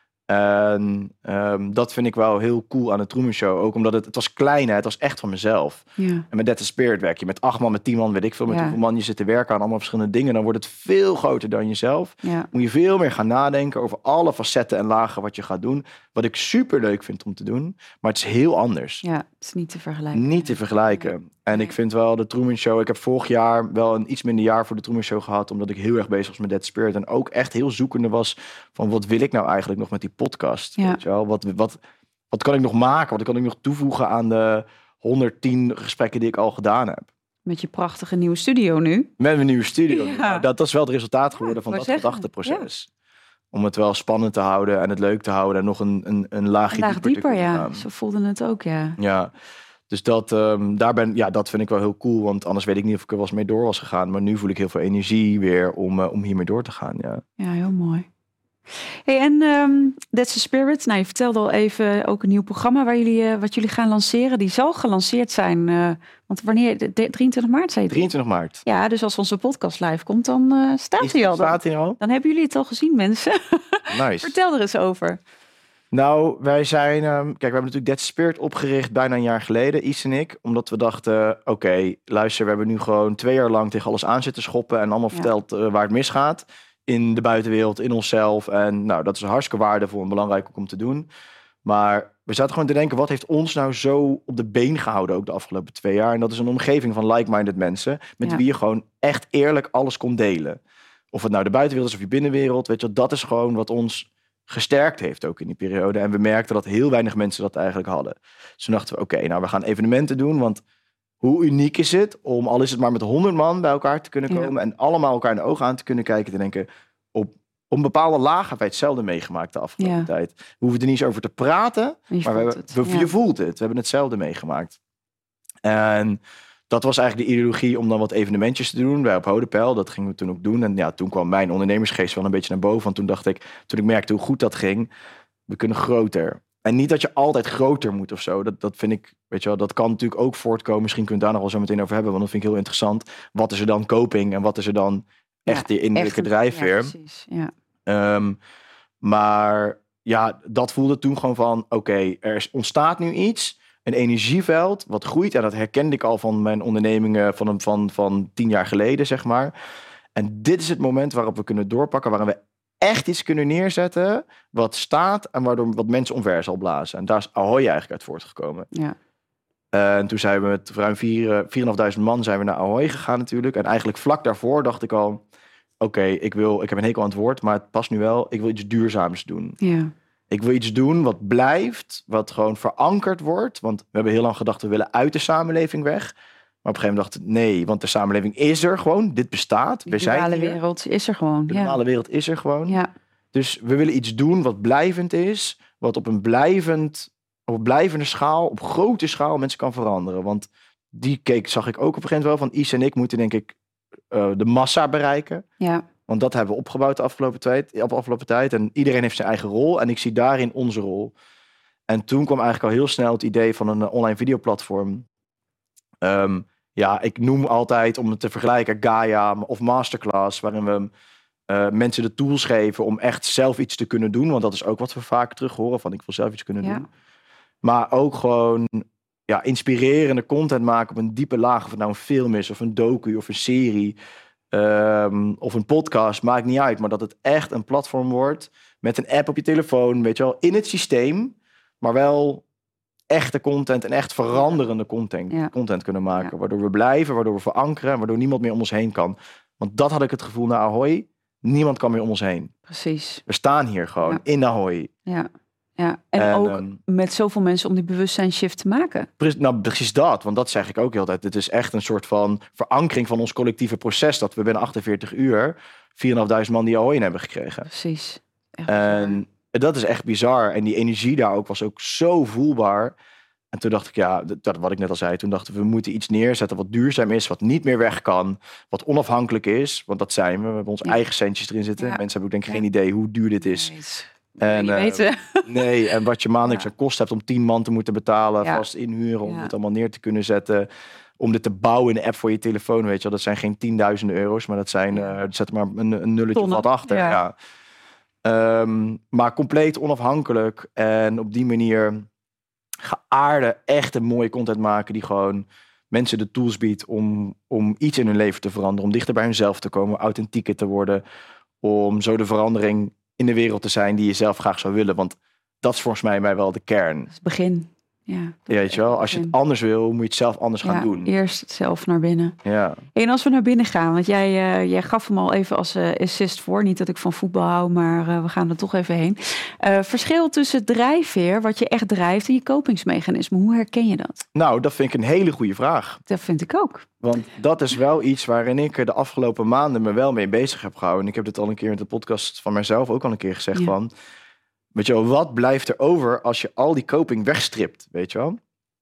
En um, dat vind ik wel heel cool aan de Truman Show. Ook omdat het, het was klein, hè? Het was echt van mezelf. Ja. En met That's the Spirit werk je met acht man, met tien man, weet ik veel. Met Ja. hoeveel man je zit te werken aan allemaal verschillende dingen. Dan wordt het veel groter dan jezelf. Ja. Moet je veel meer gaan nadenken over alle facetten en lagen wat je gaat doen. Wat ik super leuk vind om te doen. Maar het is heel anders. Ja, het is niet te vergelijken. Niet te vergelijken. En Nee. ik vind wel de Truman Show... Ik heb vorig jaar wel een iets minder jaar voor de Truman Show gehad. Omdat ik heel erg bezig was met That Spirit. En ook echt heel zoekende was van wat wil ik nou eigenlijk nog met die podcast? Ja. Weet je wel? Wat, wat, wat kan ik nog maken? Wat kan ik nog toevoegen aan de honderdtien gesprekken die ik al gedaan heb? Met je prachtige nieuwe studio nu. Met mijn nieuwe studio. Ja. Nou, dat, dat is wel het resultaat geworden Ja, van ik dat wou zeggen, gedachteproces. Om het wel spannend te houden en het leuk te houden. En nog een, een, een laagje Een laag dieper, te dieper, kunnen ja. gaan. Zo voelde het ook, ja. Ja, dus dat, um, daar ben, ja, dat vind ik wel heel cool. Want anders weet ik niet of ik er wel eens mee door was gegaan. Maar nu voel ik heel veel energie weer om, uh, om hiermee door te gaan. Ja. Ja, heel mooi. Hey, en um, That's the Spirit. Nou, je vertelde al even ook een nieuw programma waar jullie, uh, wat jullie gaan lanceren. Die zal gelanceerd zijn. Uh, want wanneer? De, de, drieëntwintig maart, zei je? drieëntwintig maart. Ja, dus als onze podcast live komt, dan uh, staat Is, hij al. Dan, staat hij al? dan hebben jullie het al gezien, mensen. Nice. Vertel er eens over. Nou, wij zijn... Um, kijk, we hebben natuurlijk That's Spirit opgericht bijna een jaar geleden, Is en ik. Omdat we dachten, oké, okay, luister, we hebben nu gewoon twee jaar lang tegen alles aan zitten schoppen. En allemaal ja. verteld uh, waar het misgaat. In de buitenwereld, in onszelf. En nou, dat is hartstikke waardevol en belangrijk ook om te doen. Maar we zaten gewoon te denken, wat heeft ons nou zo op de been gehouden ook de afgelopen twee jaar? En dat is een omgeving van like-minded mensen, met ja. wie je gewoon echt eerlijk alles kon delen. Of het nou de buitenwereld is of je binnenwereld, weet je, dat is gewoon wat ons gesterkt heeft ook in die periode. En we merkten dat heel weinig mensen dat eigenlijk hadden. Dus toen dachten we, oké, okay, nou we gaan evenementen doen, want hoe uniek is het om, al is het maar met honderd man bij elkaar te kunnen komen ja. en allemaal elkaar in de ogen aan te kunnen kijken, te denken, op, op een bepaalde laag hebben wij hetzelfde meegemaakt de afgelopen ja. tijd. We hoeven er niet eens over te praten, je maar we hebben, we, ja. je voelt het. We hebben hetzelfde meegemaakt. En dat was eigenlijk de ideologie om dan wat evenementjes te doen. Wij op Hodepeil, dat gingen we toen ook doen. En ja, toen kwam mijn ondernemersgeest wel een beetje naar boven. Want toen dacht ik, toen ik merkte hoe goed dat ging, we kunnen groter. En niet dat je altijd groter moet of zo. Dat, dat vind ik, weet je wel, dat kan natuurlijk ook voortkomen. Misschien kunnen we het daar nog wel zo meteen over hebben. Want dat vind ik heel interessant. Wat is er dan coping en wat is er dan echt ja, die innerlijke drijfveer? Ja, precies. Ja. Um, maar ja, dat voelde toen gewoon van, oké, okay, er ontstaat nu iets. Een energieveld wat groeit. En dat herkende ik al van mijn ondernemingen van, van, van tien jaar geleden, zeg maar. En dit is het moment waarop we kunnen doorpakken, waarin we echt iets kunnen neerzetten wat staat en waardoor wat mensen omver zal blazen. En daar is Ahoy eigenlijk uit voortgekomen. Ja. Uh, en toen zijn we met ruim vier vijfduizend man zijn we naar Ahoy gegaan natuurlijk. En eigenlijk vlak daarvoor dacht ik al, oké, okay, ik wil, ik heb een hekel aan het woord, maar het past nu wel. Ik wil iets duurzaams doen. Ja. Ik wil iets doen wat blijft, wat gewoon verankerd wordt. Want we hebben heel lang gedacht, we willen uit de samenleving weg. Maar op een gegeven moment dacht ik, nee, want de samenleving is er gewoon. Dit bestaat. De globale wereld is er gewoon. De globale ja. wereld is er gewoon. Ja. Dus we willen iets doen wat blijvend is. Wat op een blijvend, op een blijvende schaal, op grote schaal mensen kan veranderen. Want die keek, zag ik ook op een gegeven moment wel. Van Is en ik moeten denk ik uh, de massa bereiken. Ja. Want dat hebben we opgebouwd de afgelopen tijd, de afgelopen tijd. En iedereen heeft zijn eigen rol. En ik zie daarin onze rol. En toen kwam eigenlijk al heel snel het idee van een online videoplatform. Um, ja, ik noem altijd, om het te vergelijken, Gaia of Masterclass. Waarin we uh, mensen de tools geven om echt zelf iets te kunnen doen. Want dat is ook wat we vaak terug horen. Van ik wil zelf iets kunnen ja. doen. Maar ook gewoon ja, inspirerende content maken op een diepe laag. Of het nou een film is of een docu of een serie. Um, of een podcast, maakt niet uit. Maar dat het echt een platform wordt met een app op je telefoon, weet je wel, in het systeem, maar wel echte content en echt veranderende content, Ja. content kunnen maken. Ja. Waardoor we blijven, waardoor we verankeren, waardoor niemand meer om ons heen kan. Want dat had ik het gevoel na Ahoy. Niemand kan meer om ons heen. Precies. We staan hier gewoon Ja. in Ahoy. Ja. Ja. En, En, ook um, met zoveel mensen om die bewustzijnshift te maken. Pre- Nou, precies dat. Want dat zeg ik ook heel tijd. Het is echt een soort van verankering van ons collectieve proces. Dat we binnen achtenveertig uur vierduizend man die Ahoy in hebben gekregen. Precies. Echt bizar. En dat is echt bizar. En die energie daar ook was ook zo voelbaar. En toen dacht ik, ja, dat, dat wat ik net al zei. Toen dachten we, we moeten iets neerzetten wat duurzaam is. Wat niet meer weg kan. Wat onafhankelijk is. Want dat zijn we. We hebben onze Ja. eigen centjes erin zitten. Ja. Mensen hebben ook denk ik Ja. geen idee hoe duur dit is. Nee, het- En, niet eh, weten. Nee, en wat je maandelijks Ja. aan kost hebt om tien man te moeten betalen. Ja. Vast inhuren om Ja. het allemaal neer te kunnen zetten. Om dit te bouwen in de app voor je telefoon, weet je wel. Dat zijn geen tienduizenden euro's. Maar dat zijn, Ja. eh zet er maar een, een nulletje of Tonnen. wat achter. Ja. Ja. Ehm, maar compleet onafhankelijk. En op die manier geaarde, echte mooie content maken. Die gewoon mensen de tools biedt om, om iets in hun leven te veranderen. Om dichter bij hunzelf te komen. Authentieker te worden. Om zo de verandering in de wereld te zijn die je zelf graag zou willen. Want dat is volgens mij, mij wel de kern. Dat is het begin. Ja, dat is Weet echt je wel, het als je het begin. anders wil, moet je het zelf anders gaan Ja, doen. Eerst het zelf naar binnen. Ja. En als we naar binnen gaan, want jij, uh, jij gaf hem al even als uh, assist voor. Niet dat ik van voetbal hou, maar uh, we gaan er toch even heen. Uh, verschil tussen drijfveer, wat je echt drijft, en je kopingsmechanisme. Hoe herken je dat? Nou, dat vind ik een hele goede vraag. Dat vind ik ook. Want dat is wel iets waarin ik de afgelopen maanden me wel mee bezig heb gehouden. En ik heb dit al een keer in de podcast van mezelf ook al een keer gezegd Ja. van... Weet je wel, wat blijft er over als je al die coping wegstript, weet je wel?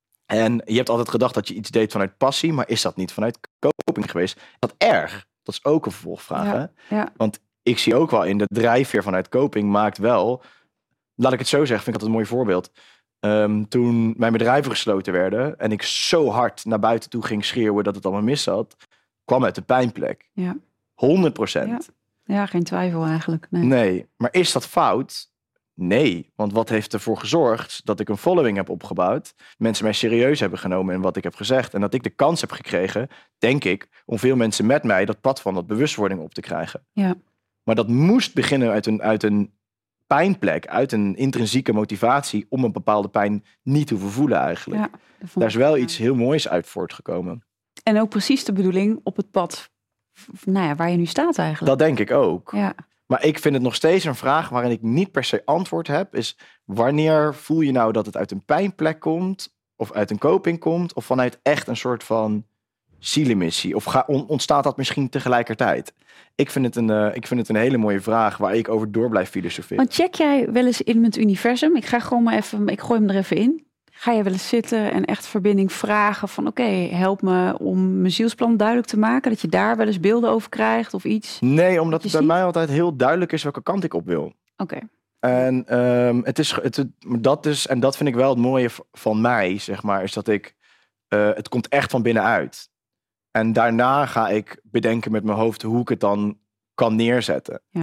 En je hebt altijd gedacht dat je iets deed vanuit passie, maar is dat niet vanuit coping geweest? Is dat erg? Dat is ook een vervolgvraag, Ja, hè? ja. Want ik zie ook wel in de drijfveer vanuit coping maakt wel... Laat ik het zo zeggen, vind ik dat een mooi voorbeeld. Um, toen mijn bedrijven gesloten werden en ik zo hard naar buiten toe ging schreeuwen dat het allemaal mis zat, kwam uit de pijnplek. Ja. honderd procent. Ja. Ja, geen twijfel eigenlijk. Nee. Nee, maar is dat fout? Nee, want wat heeft ervoor gezorgd dat ik een following heb opgebouwd, mensen mij serieus hebben genomen in wat ik heb gezegd en dat ik de kans heb gekregen, denk ik, om veel mensen met mij dat pad van dat bewustwording op te krijgen. Ja. Maar dat moest beginnen uit een, uit een pijnplek, uit een intrinsieke motivatie om een bepaalde pijn niet te hoeven voelen eigenlijk. Ja, dat vond Daar is ik, wel ja. iets heel moois uit voortgekomen. En ook precies de bedoeling op het pad, nou ja, waar je nu staat eigenlijk. Dat denk ik ook. Ja. Maar ik vind het nog steeds een vraag waarin ik niet per se antwoord heb, is wanneer voel je nou dat het uit een pijnplek komt, of uit een coping komt, of vanuit echt een soort van zielenmissie? Of ga, on, ontstaat dat misschien tegelijkertijd? Ik vind, het een, uh, ik vind het een hele mooie vraag waar ik over door blijf filosoferen. Want check jij wel eens in met het universum? Ik ga gewoon maar even, ik gooi hem er even in. Ga je wel eens zitten en echt verbinding vragen van oké, okay, help me om mijn zielsplan duidelijk te maken. Dat je daar wel eens beelden over krijgt of iets? Nee, omdat het bij ziet? mij altijd heel duidelijk is welke kant ik op wil. Oké. Okay. En um, het is, het, het, dat is, en dat vind ik wel het mooie van mij, zeg maar, is dat ik, uh, het komt echt van binnenuit. En daarna ga ik bedenken met mijn hoofd hoe ik het dan kan neerzetten. Ja.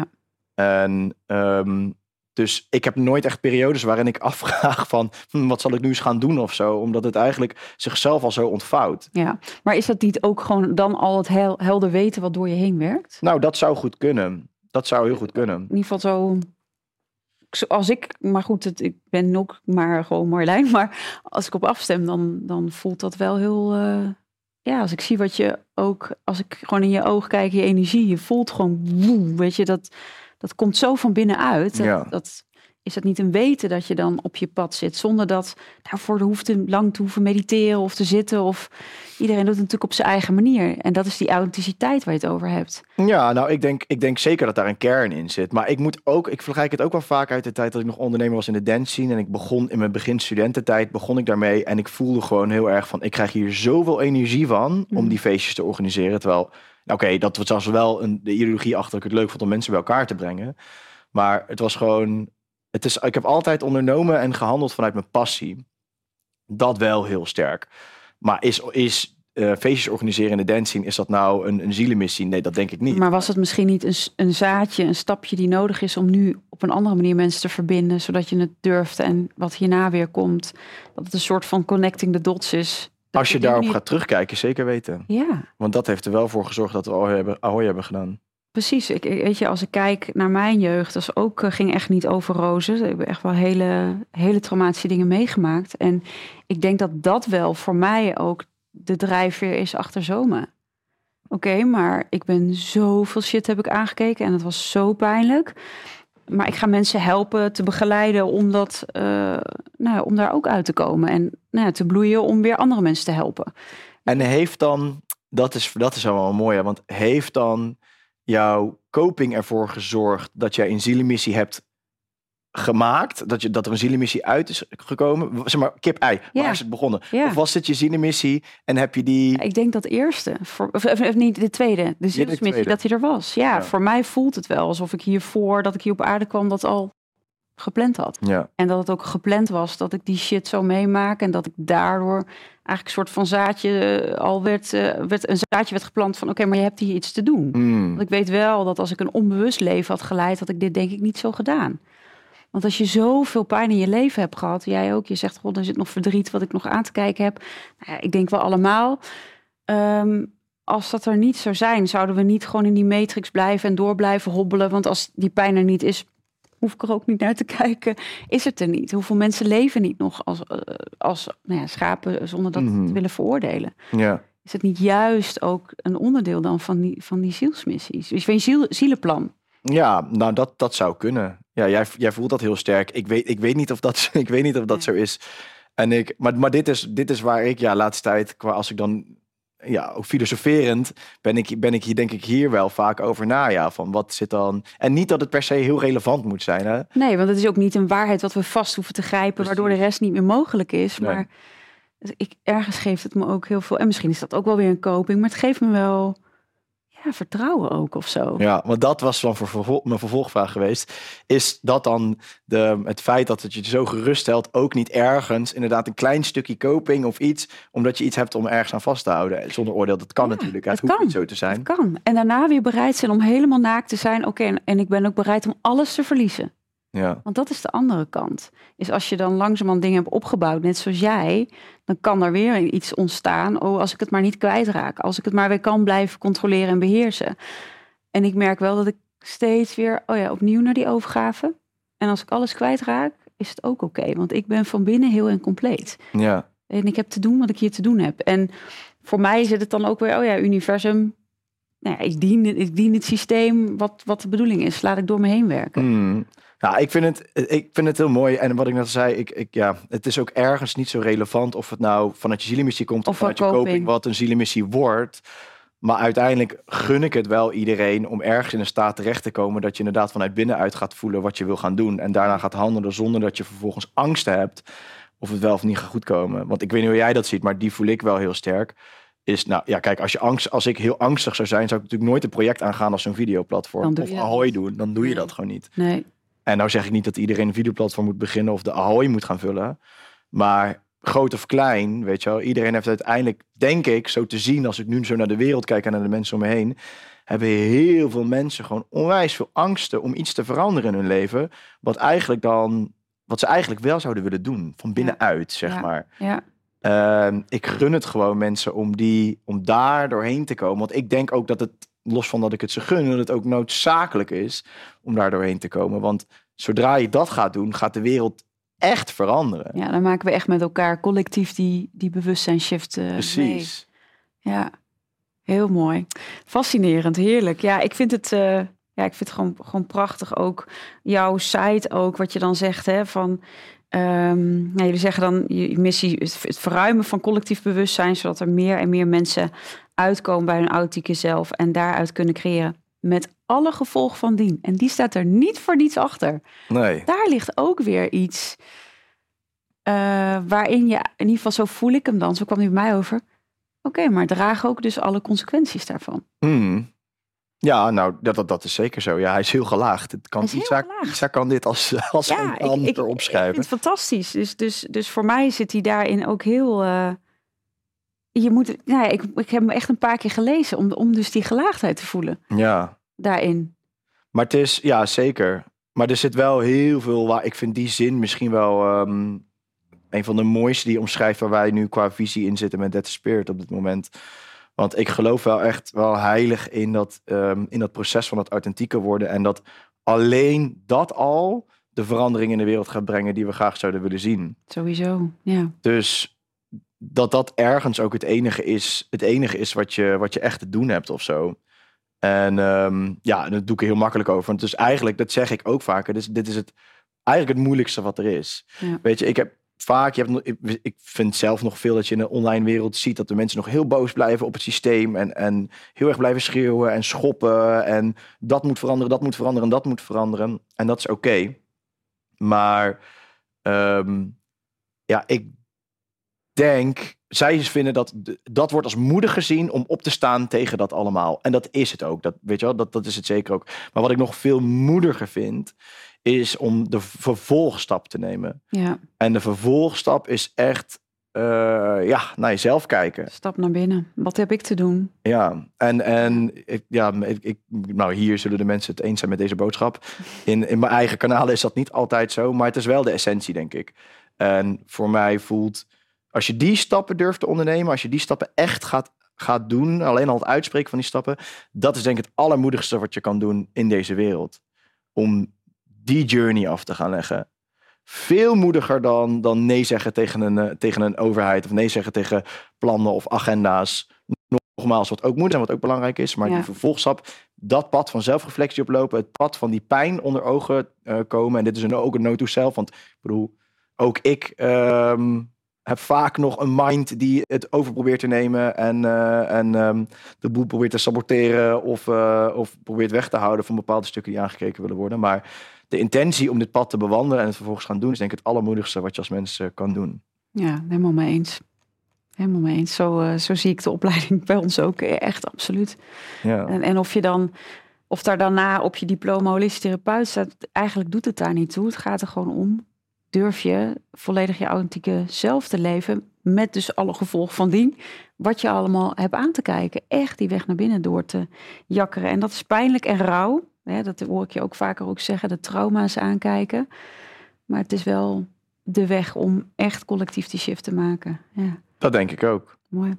En um, dus ik heb nooit echt periodes waarin ik afvraag van hm, wat zal ik nu eens gaan doen of zo. Omdat het eigenlijk zichzelf al zo ontvouwt. Ja, maar is dat niet ook gewoon dan al het hel- helder weten wat door je heen werkt? Nou, dat zou goed kunnen. Dat zou heel goed kunnen. In ieder geval zo... Als ik, maar goed, het, ik ben ook maar gewoon Marlijn. Maar als ik op afstem, dan, dan voelt dat wel heel... Uh, ja, als ik zie wat je ook... Als ik gewoon in je ogen kijk, je energie. Je voelt gewoon... Woe, weet je, dat... Dat komt zo van binnenuit. Dat, ja. dat, is het niet een weten dat je dan op je pad zit. Zonder dat daarvoor hoeft te lang te hoeven mediteren of te zitten. Of iedereen doet het natuurlijk op zijn eigen manier. En dat is die authenticiteit waar je het over hebt. Ja, nou ik denk, ik denk zeker dat daar een kern in zit. Maar ik moet ook, ik vergelijk het ook wel vaak uit de tijd dat ik nog ondernemer was in de dance scene. En ik begon in mijn begin studententijd, begon ik daarmee. En ik voelde gewoon heel erg van, ik krijg hier zoveel energie van om mm. die feestjes te organiseren. Terwijl... Oké, okay, dat was zelfs wel een, de ideologie achter dat ik het leuk vond om mensen bij elkaar te brengen. Maar het was gewoon... Het is, ik heb altijd ondernomen en gehandeld vanuit mijn passie. Dat wel heel sterk. Maar is, is uh, feestjes organiseren in de dance scene, is dat nou een, een zielenmissie? Nee, dat denk ik niet. Maar was het misschien niet een, een zaadje, een stapje die nodig is om nu op een andere manier mensen te verbinden, zodat je het durft en wat hierna weer komt, dat het een soort van connecting the dots is? Als je daarop manier... gaat terugkijken, zeker weten. Ja. Want dat heeft er wel voor gezorgd dat we Ahoy hebben, Ahoy hebben gedaan. precies. Ik, ik- weet je, als ik kijk naar mijn jeugd, dat is ook, eh, ging echt niet over rozen. Ik heb echt wel hele, hele traumatische dingen meegemaakt. En ik denk dat dat wel voor mij ook de drijfveer is achter Zomen. Oké, maar ik ben zoveel shit heb ik aangekeken en het was zo pijnlijk. Maar ik ga mensen helpen te begeleiden om, dat, eh, nou ja, om daar ook uit te komen. En nou ja, te bloeien om weer andere mensen te helpen. En heeft dan, dat is, dat is wel mooi, hè, want heeft dan jouw coping ervoor gezorgd dat jij een zielenmissie hebt gemaakt? Dat, je, dat er een zielenmissie uit is gekomen? Zeg maar, kip-ei, Ja. waar is het begonnen? Ja. Of was dit je zielenmissie en heb je die... Ik denk dat eerste, voor, of, of, of niet de tweede, de zielsmissie, tweede. dat hij er was. Ja, Ja. voor mij voelt het wel alsof ik hiervoor, dat ik hier op aarde kwam, dat al gepland had. Ja, En dat het ook gepland was dat ik die shit zou meemaken. En dat ik daardoor eigenlijk een soort van zaadje eh, al werd, eh, werd een zaadje werd geplant van oké, maar je hebt hier iets te doen. mm, Want ik weet wel dat als ik een onbewust leven had geleid, had ik dit denk ik niet zo gedaan. Want als je zoveel pijn in je leven hebt gehad, jij ook, je zegt, god, er zit nog verdriet wat ik nog aan te kijken heb. Nou ja, ik denk wel allemaal. Ehm, als dat er niet zou zijn, zouden we niet gewoon in die matrix blijven en door blijven hobbelen. Want als die pijn er niet is, hoef ik er ook niet naar te kijken. Is het er niet? Hoeveel mensen leven niet nog als, eh, als nou ja, schapen zonder dat Mhm. te willen veroordelen? ja. Is het niet juist ook een onderdeel dan van die, van die zielsmissies? Dus van je ziel, zielenplan. Ja, nou dat, dat zou kunnen. Ja, jij, jij voelt dat heel sterk. Ik weet, ik weet niet of dat, ik weet niet of dat zo is. En ik, maar maar dit, is, dit is waar ik, ja, laatste tijd, qua als ik dan, ja, ook filosoferend, ben ik, ben ik hier, denk ik hier wel vaak over na. Ja, van wat zit dan. En niet dat het per se heel relevant moet zijn, hè? Nee, want het is ook niet een waarheid wat we vast hoeven te grijpen, Precies. waardoor de rest niet meer mogelijk is. Nee. Maar ik, ergens geeft het me ook heel veel. En misschien is dat ook wel weer een coping, maar het geeft me wel ja, vertrouwen ook of zo. Ja, want dat was dan voor vervol- mijn vervolgvraag geweest. Is dat dan de, het feit dat het je zo gerust stelt ook niet ergens inderdaad een klein stukje coping of iets, omdat je iets hebt om ergens aan vast te houden? Zonder oordeel, dat kan Ja, natuurlijk. hè. Het het hoeft kan. niet zo te zijn. Het kan. En daarna weer bereid zijn om helemaal naakt te zijn. Oké, en, en ik ben ook bereid om alles te verliezen. Ja. Want dat is de andere kant. Is als je dan langzamerhand dingen hebt opgebouwd, net zoals jij, dan kan er weer iets ontstaan. Oh, als ik het maar niet kwijtraak. Als ik het maar weer kan blijven controleren en beheersen. En ik merk wel dat ik steeds weer, oh ja, opnieuw naar die overgave. En als ik alles kwijtraak, is het ook oké. Want ik ben van binnen heel en compleet. Ja. En ik heb te doen wat ik hier te doen heb. En voor mij zit het dan ook weer, oh ja, universum. Nou ja, ik dien, ik dien het systeem wat, wat de bedoeling is. Laat ik door me heen werken. Hmm. Nou, ik vind, het, ik vind het heel mooi. En wat ik net zei, ik, ik, ja, het is ook ergens niet zo relevant of het nou vanuit je zielenmissie komt of, Of vanuit je van coping, coping. wat een zielenmissie wordt. Maar uiteindelijk gun ik het wel iedereen om ergens in een staat terecht te komen dat je inderdaad vanuit binnenuit gaat voelen wat je wil gaan doen. En daarna gaat handelen zonder dat je vervolgens angst hebt of het wel of niet gaat goedkomen. Want ik weet niet hoe jij dat ziet, maar die voel ik wel heel sterk. Is, nou ja, kijk, als, je angst, als ik heel angstig zou zijn, zou ik natuurlijk nooit een project aangaan als zo'n videoplatform. Dan doe Of je dat Ahoy niet. doen, dan doe je Nee. dat gewoon niet. Nee. En nou zeg ik niet dat iedereen een videoplatform moet beginnen of de Ahoy moet gaan vullen. Maar groot of klein, weet je wel, iedereen heeft uiteindelijk, denk ik, zo te zien als ik nu zo naar de wereld kijk en naar de mensen om me heen, hebben heel veel mensen gewoon onwijs veel angsten om iets te veranderen in hun leven. Wat eigenlijk dan, wat ze eigenlijk wel zouden willen doen, van binnenuit, zeg Ja. maar. Ja. Uh, ik gun het gewoon mensen om, die, om daar doorheen te komen. Want ik denk ook dat het, los van dat ik het ze gun, dat het ook noodzakelijk is om daar doorheen te komen. Want zodra je dat gaat doen, gaat de wereld echt veranderen. Ja, dan maken we echt met elkaar collectief die, die bewustzijnsshift uh, Precies. mee. Ja, heel mooi. Fascinerend, heerlijk. Ja, ik vind het, uh, ja, ik vind het gewoon, gewoon prachtig ook. Jouw site ook, wat je dan zegt, hè, van... Um, nou, jullie zeggen dan je missie het, het verruimen van collectief bewustzijn, zodat er meer en meer mensen uitkomen bij hun authentieke zelf en daaruit kunnen creëren met alle gevolgen van dien. En die staat er niet voor niets achter. Nee. Daar ligt ook weer iets uh, waarin je, in ieder geval zo voel ik hem dan, zo kwam hij bij mij over. Oké, okay, maar draag ook dus alle consequenties daarvan. Hmm. Ja, nou, dat, dat, dat is zeker zo. Ja, hij is heel gelaagd. Het kan, Isa, Isa kan dit als, als ja, een ander ik, ik, opschrijven. Ik vind het fantastisch. Dus, dus, dus voor mij zit hij daarin ook heel... Uh, je moet, nou ja, ik, ik heb hem echt een paar keer gelezen om, om dus die gelaagdheid te voelen. Ja. Daarin. Maar het is, ja, zeker. Maar er zit wel heel veel waar. Ik vind die zin misschien wel um, een van de mooiste die omschrijft waar wij nu qua visie in zitten met Dead Spirit op dit moment. Want ik geloof wel echt wel heilig in dat, um, in dat proces van het authentieke worden. En dat alleen dat al de verandering in de wereld gaat brengen die we graag zouden willen zien. Sowieso, ja. Dus dat dat ergens ook het enige is, het enige is wat je, wat je echt te doen hebt of zo. En um, ja, dat doe ik er heel makkelijk over. Want dus eigenlijk, dat zeg ik ook vaker, dus dit is het, eigenlijk het moeilijkste wat er is. Ja. Weet je, ik heb vaak, je hebt, ik, ik vind zelf nog veel dat je in de online wereld ziet dat de mensen nog heel boos blijven op het systeem en, en heel erg blijven schreeuwen en schoppen en dat moet veranderen, dat moet veranderen, dat moet veranderen. En dat is oké. Okay. Maar um, ja, ik denk, zij vinden dat dat wordt als moedig gezien om op te staan tegen dat allemaal. En dat is het ook. Dat, weet je wel, dat, dat is het zeker ook. Maar wat ik nog veel moediger vind, is om de vervolgstap te nemen. Ja. En de vervolgstap is echt uh, ja, naar jezelf kijken. Stap naar binnen. Wat heb ik te doen? Ja, en, en ik, ja, ik, ik, nou, hier zullen de mensen het eens zijn met deze boodschap. In, in mijn eigen kanalen is dat niet altijd zo, maar het is wel de essentie, denk ik. En voor mij voelt, als je die stappen durft te ondernemen, als je die stappen echt gaat, gaat doen, alleen al het uitspreken van die stappen, dat is denk ik het allermoedigste wat je kan doen in deze wereld. Om die journey af te gaan leggen. Veel moediger dan, dan nee zeggen tegen een, uh, tegen een overheid of nee zeggen tegen plannen of agenda's. Nogmaals, wat ook moet en wat ook belangrijk is, maar ja. Die vervolgstap, dat pad van zelfreflectie oplopen, het pad van die pijn onder ogen uh, komen. En dit is een, ook een note to self, want ik bedoel, ook ik um, heb vaak nog een mind die het over probeert te nemen en, uh, en um, de boel probeert te saboteren of, uh, of probeert weg te houden van bepaalde stukken die aangekeken willen worden. Maar de intentie om dit pad te bewandelen en het vervolgens gaan doen, is denk ik het allermoedigste wat je als mens uh, kan doen. Ja, helemaal mee eens. Helemaal mee eens. Zo, uh, zo zie ik de opleiding bij ons ook echt absoluut. Ja. En, en of je dan, of daar daarna op je diploma holistisch therapeut staat, eigenlijk doet het daar niet toe. Het gaat er gewoon om. Durf je volledig je authentieke zelf te leven, met dus alle gevolgen van dien, wat je allemaal hebt aan te kijken. Echt die weg naar binnen door te jakkeren. En dat is pijnlijk en rauw. Hè, dat hoor ik je ook vaker ook zeggen, de trauma's aankijken. Maar het is wel de weg om echt collectief die shift te maken. Ja. Dat denk ik ook. Mooi.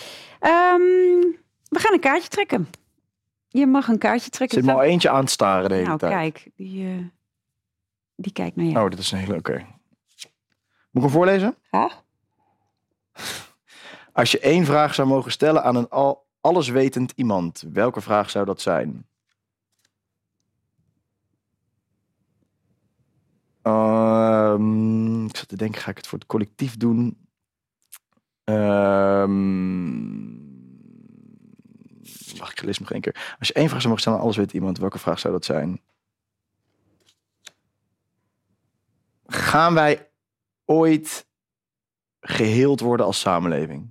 Um, we gaan een kaartje trekken. Je mag een kaartje trekken. Zit maar al eentje aan het staren de hele nou, tijd. Kijk, die, uh, die kijkt naar jou. Oh, dit is een hele... Oké. Okay. Moet ik hem voorlezen? Graag. Als je één vraag zou mogen stellen aan een al, alleswetend iemand, welke vraag zou dat zijn? Um, ik zat te denken, ga ik het voor het collectief doen? Um, wacht, ik lees nog één keer. Als je één vraag zou mogen stellen aan alleswetend iemand, welke vraag zou dat zijn? Gaan wij ooit geheeld worden als samenleving?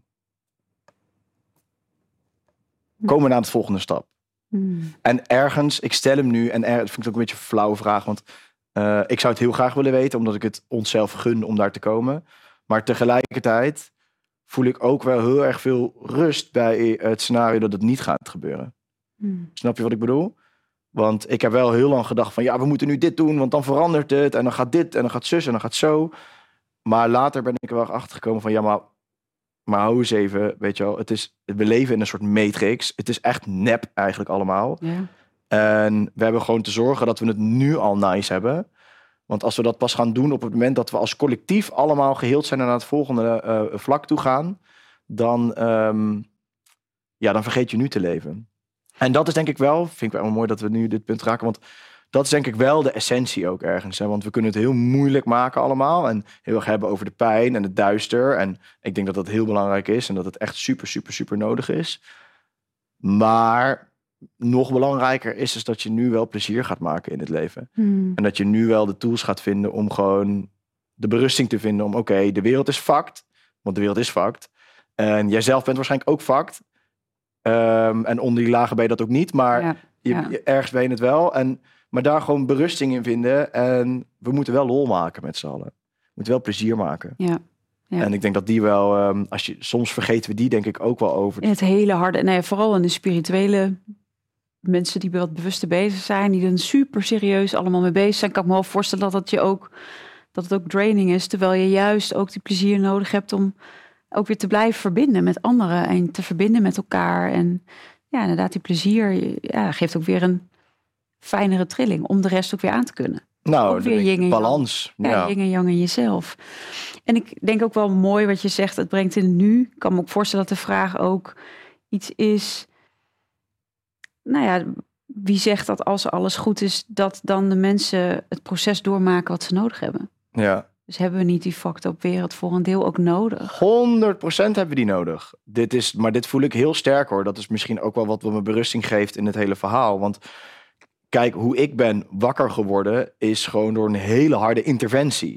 Komen we naar de volgende stap? Hmm. En ergens, ik stel hem nu, en er, dat vind ik ook een beetje een flauwe vraag, want uh, ik zou het heel graag willen weten, omdat ik het onszelf gun om daar te komen. Maar tegelijkertijd voel ik ook wel heel erg veel rust bij het scenario dat het niet gaat gebeuren. Hmm. Snap je wat ik bedoel? Want ik heb wel heel lang gedacht van, ja, we moeten nu dit doen, want dan verandert het. En dan gaat dit, en dan gaat zus, en dan gaat zo. Maar later ben ik er wel achter gekomen van, ja, maar, maar hou eens even, weet je wel. Het is, we leven in een soort matrix. Het is echt nep eigenlijk allemaal. Ja. En we hebben gewoon te zorgen dat we het nu al nice hebben. Want als we dat pas gaan doen op het moment dat we als collectief allemaal geheeld zijn en naar het volgende uh, vlak toe gaan, dan, um, ja, dan vergeet je nu te leven. En dat is denk ik wel, vind ik wel mooi dat we nu dit punt raken, want dat is denk ik wel de essentie ook ergens. Hè? Want we kunnen het heel moeilijk maken allemaal en heel erg hebben over de pijn en het duister. En ik denk dat dat heel belangrijk is en dat het echt super, super, super nodig is. Maar nog belangrijker is dus dat je nu wel plezier gaat maken in het leven. Hmm. En dat je nu wel de tools gaat vinden om gewoon de berusting te vinden om, oké, okay, de wereld is fucked, want de wereld is fucked. En jijzelf bent waarschijnlijk ook fucked. Um, en onder die lagen ben je dat ook niet, maar ja, je, ja. je, ergens ben je het wel. En, maar daar gewoon berusting in vinden. En we moeten wel lol maken met z'n allen. We moeten wel plezier maken. Ja, ja. En ik denk dat die wel, um, als je, soms vergeten we die denk ik ook wel over. In het hele harde, nee, vooral in de spirituele mensen die wat bewuster bezig zijn, die er super serieus allemaal mee bezig zijn. Kan ik me wel voorstellen dat het je ook, dat het ook draining is, terwijl je juist ook die plezier nodig hebt om ook weer te blijven verbinden met anderen en te verbinden met elkaar. En ja, inderdaad, die plezier ja, geeft ook weer een fijnere trilling om de rest ook weer aan te kunnen. Nou, ook weer yin en balans. Ja, ja. yin en yang in jezelf. En ik denk ook wel mooi wat je zegt, het brengt in het nu. Ik kan me ook voorstellen dat de vraag ook iets is, nou ja, wie zegt dat als alles goed is, dat dan de mensen het proces doormaken wat ze nodig hebben. Ja. Dus hebben we niet die fucked up wereld voor een deel ook nodig? honderd procent hebben we die nodig. Dit is, maar dit voel ik heel sterk hoor. Dat is misschien ook wel wat me berusting geeft in het hele verhaal. Want kijk, hoe ik ben wakker geworden is gewoon door een hele harde interventie.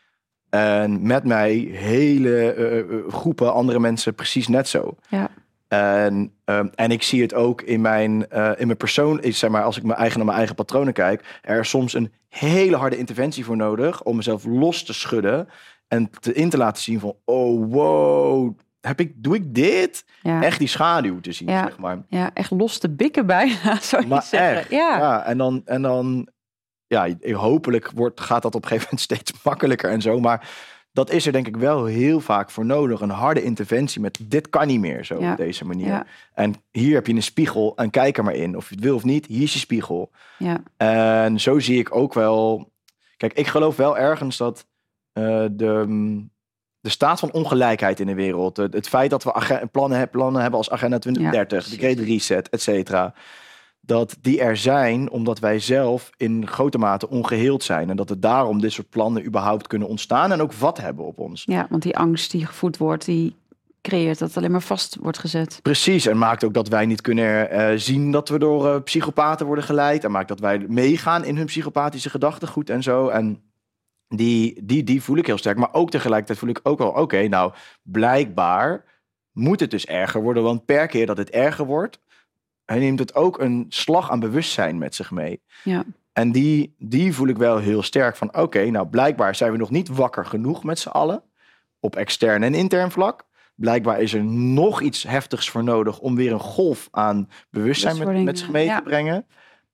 En met mij hele uh, groepen andere mensen precies net zo. Ja. En, um, en ik zie het ook in mijn, uh, in mijn persoon, zeg maar, als ik mijn eigen naar mijn eigen patronen kijk, er is soms een hele harde interventie voor nodig om mezelf los te schudden en te, in te laten zien van, oh wow, heb ik, doe ik dit? Ja. Echt die schaduw te zien, Ja. zeg maar. Ja, echt los te bikken bijna, zou je Maar zeggen. echt, ja. ja. En dan, en dan ja, hopelijk wordt, gaat dat op een gegeven moment steeds makkelijker en zo, maar dat is er denk ik wel heel vaak voor nodig. Een harde interventie met dit kan niet meer zo Ja. op deze manier. Ja. En hier heb je een spiegel en kijk er maar in. Of je het wil of niet, hier is je spiegel. Ja. En zo zie ik ook wel. Kijk, ik geloof wel ergens dat uh, de, de staat van ongelijkheid in de wereld. Het, het feit dat we ag- plannen, he- plannen hebben als Agenda twintig dertig, ja, de Great Reset, et cetera. Dat die er zijn omdat wij zelf in grote mate ongeheeld zijn. En dat er daarom dit soort plannen überhaupt kunnen ontstaan en ook vat hebben op ons. Ja, want die angst die gevoed wordt, die creëert dat het alleen maar vast wordt gezet. Precies, en maakt ook dat wij niet kunnen uh, zien dat we door uh, psychopaten worden geleid. En maakt dat wij meegaan in hun psychopathische gedachtegoed en zo. En die, die, die voel ik heel sterk. Maar ook tegelijkertijd voel ik ook wel, oké, okay, nou, blijkbaar moet het dus erger worden. Want per keer dat het erger wordt, hij neemt het ook een slag aan bewustzijn met zich mee. Ja. En die, die voel ik wel heel sterk van, oké, okay, nou blijkbaar zijn we nog niet wakker genoeg met z'n allen. Op extern en intern vlak. Blijkbaar is er nog iets heftigs voor nodig om weer een golf aan bewustzijn met, met zich mee ja. te brengen.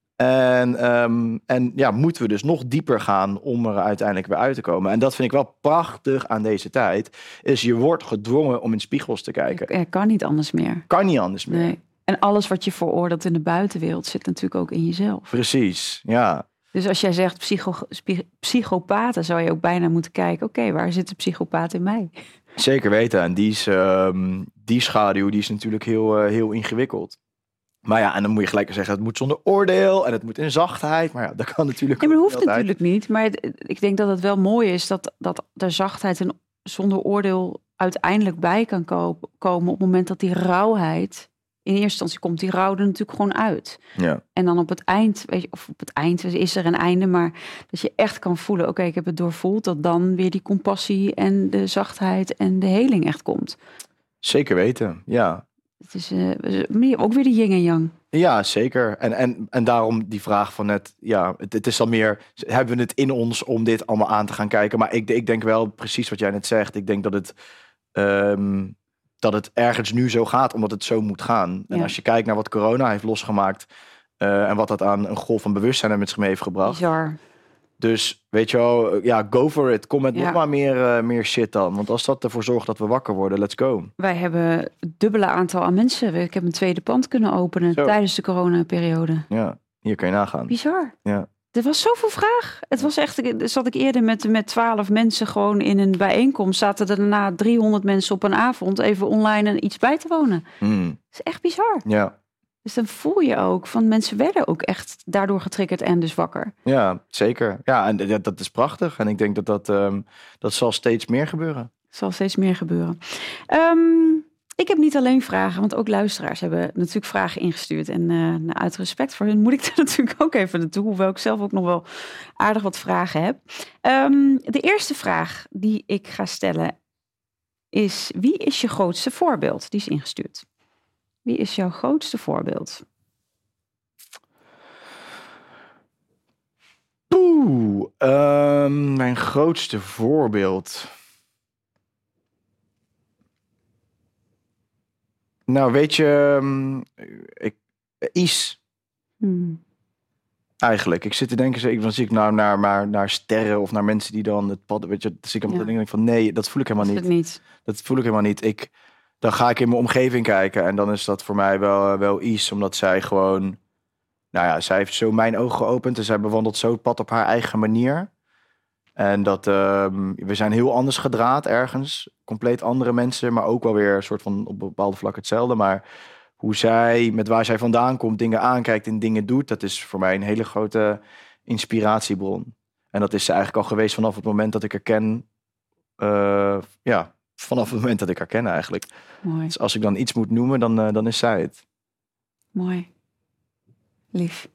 En, um, en ja, moeten we dus nog dieper gaan om er uiteindelijk weer uit te komen. En dat vind ik wel prachtig aan deze tijd. Is je wordt gedwongen om in spiegels te kijken. Er kan niet anders meer. Kan niet anders meer. Nee. En alles wat je veroordeelt in de buitenwereld zit natuurlijk ook in jezelf. Precies, ja. Dus als jij zegt psycho, psychopaten, zou je ook bijna moeten kijken, oké, okay, waar zit de psychopaat in mij? Zeker weten. En die, is, um, die schaduw die is natuurlijk heel, uh, heel ingewikkeld. Maar ja, en dan moet je gelijk zeggen, het moet zonder oordeel en het moet in zachtheid. Maar ja, dat kan natuurlijk nee, maar dat hoeft altijd. natuurlijk niet. Maar het, ik denk dat het wel mooi is dat, dat er zachtheid en zonder oordeel uiteindelijk bij kan ko- komen op het moment dat die rauwheid, in eerste instantie komt die rouw er natuurlijk gewoon uit. Ja. En dan op het eind, weet je, of op het eind is er een einde, maar dat je echt kan voelen, oké, okay, ik heb het doorvoeld, dat dan weer die compassie en de zachtheid en de heling echt komt. Zeker weten, ja. Het is uh, ook weer de yin en yang. Ja, zeker. En, en, en daarom die vraag van net, ja, het, het is dan meer, hebben we het in ons om dit allemaal aan te gaan kijken? Maar ik, ik denk wel precies wat jij net zegt. Ik denk dat het, um, dat het ergens nu zo gaat, omdat het zo moet gaan. En ja. als je kijkt naar wat corona heeft losgemaakt uh, en wat dat aan een golf van bewustzijn met zich mee heeft gebracht. Bizar. Dus weet je wel, ja, go for it. Kom met ja. nog maar meer, uh, meer shit dan. Want als dat ervoor zorgt dat we wakker worden, let's go. Wij hebben het dubbele aantal aan mensen. Ik heb een tweede pand kunnen openen zo. Tijdens de coronaperiode. Ja, hier kan je nagaan. Bizar. Ja. Er was zoveel vraag. Het was echt, zat ik eerder met, met twaalf mensen gewoon in een bijeenkomst. Zaten er daarna driehonderd mensen op een avond even online en iets bij te wonen. Mm. Dat is echt bizar. Ja. Dus dan voel je ook van mensen werden ook echt daardoor getriggerd en dus wakker. Ja, zeker. Ja, en dat, dat is prachtig. En ik denk dat dat, um, dat zal steeds meer gebeuren. Zal steeds meer gebeuren. Um, ik heb niet alleen vragen, want ook luisteraars hebben natuurlijk vragen ingestuurd. En uh, nou, uit respect voor hun moet ik er natuurlijk ook even naartoe. Hoewel ik zelf ook nog wel aardig wat vragen heb. Um, de eerste vraag die ik ga stellen is: wie is je grootste voorbeeld? Die is ingestuurd. Wie is jouw grootste voorbeeld? Poeh, um, mijn grootste voorbeeld. Nou, weet je, um, ik, Is. Hmm. Eigenlijk. Ik zit te denken, dan zie ik nou naar, naar, naar sterren of naar mensen die dan het pad, weet je, dan zie ik hem Ja. dan denk ik van nee, dat voel ik helemaal Dat is niet. het niet. Dat voel ik helemaal niet. Ik, dan ga ik in mijn omgeving kijken en dan is dat voor mij wel, wel iets, omdat zij gewoon, nou ja, zij heeft zo mijn ogen geopend en zij bewandelt zo het pad op haar eigen manier. En dat ehm, we zijn heel anders gedraad ergens, compleet andere mensen, maar ook wel weer een soort van op bepaalde vlakken hetzelfde. Maar hoe zij, met waar zij vandaan komt, dingen aankijkt en dingen doet, dat is voor mij een hele grote inspiratiebron. En dat is ze eigenlijk al geweest vanaf het moment dat ik haar ken. Uh, ja, vanaf het moment dat ik haar ken eigenlijk. Mooi. Dus als ik dan iets moet noemen, dan, uh, dan is zij het. Mooi. Lief.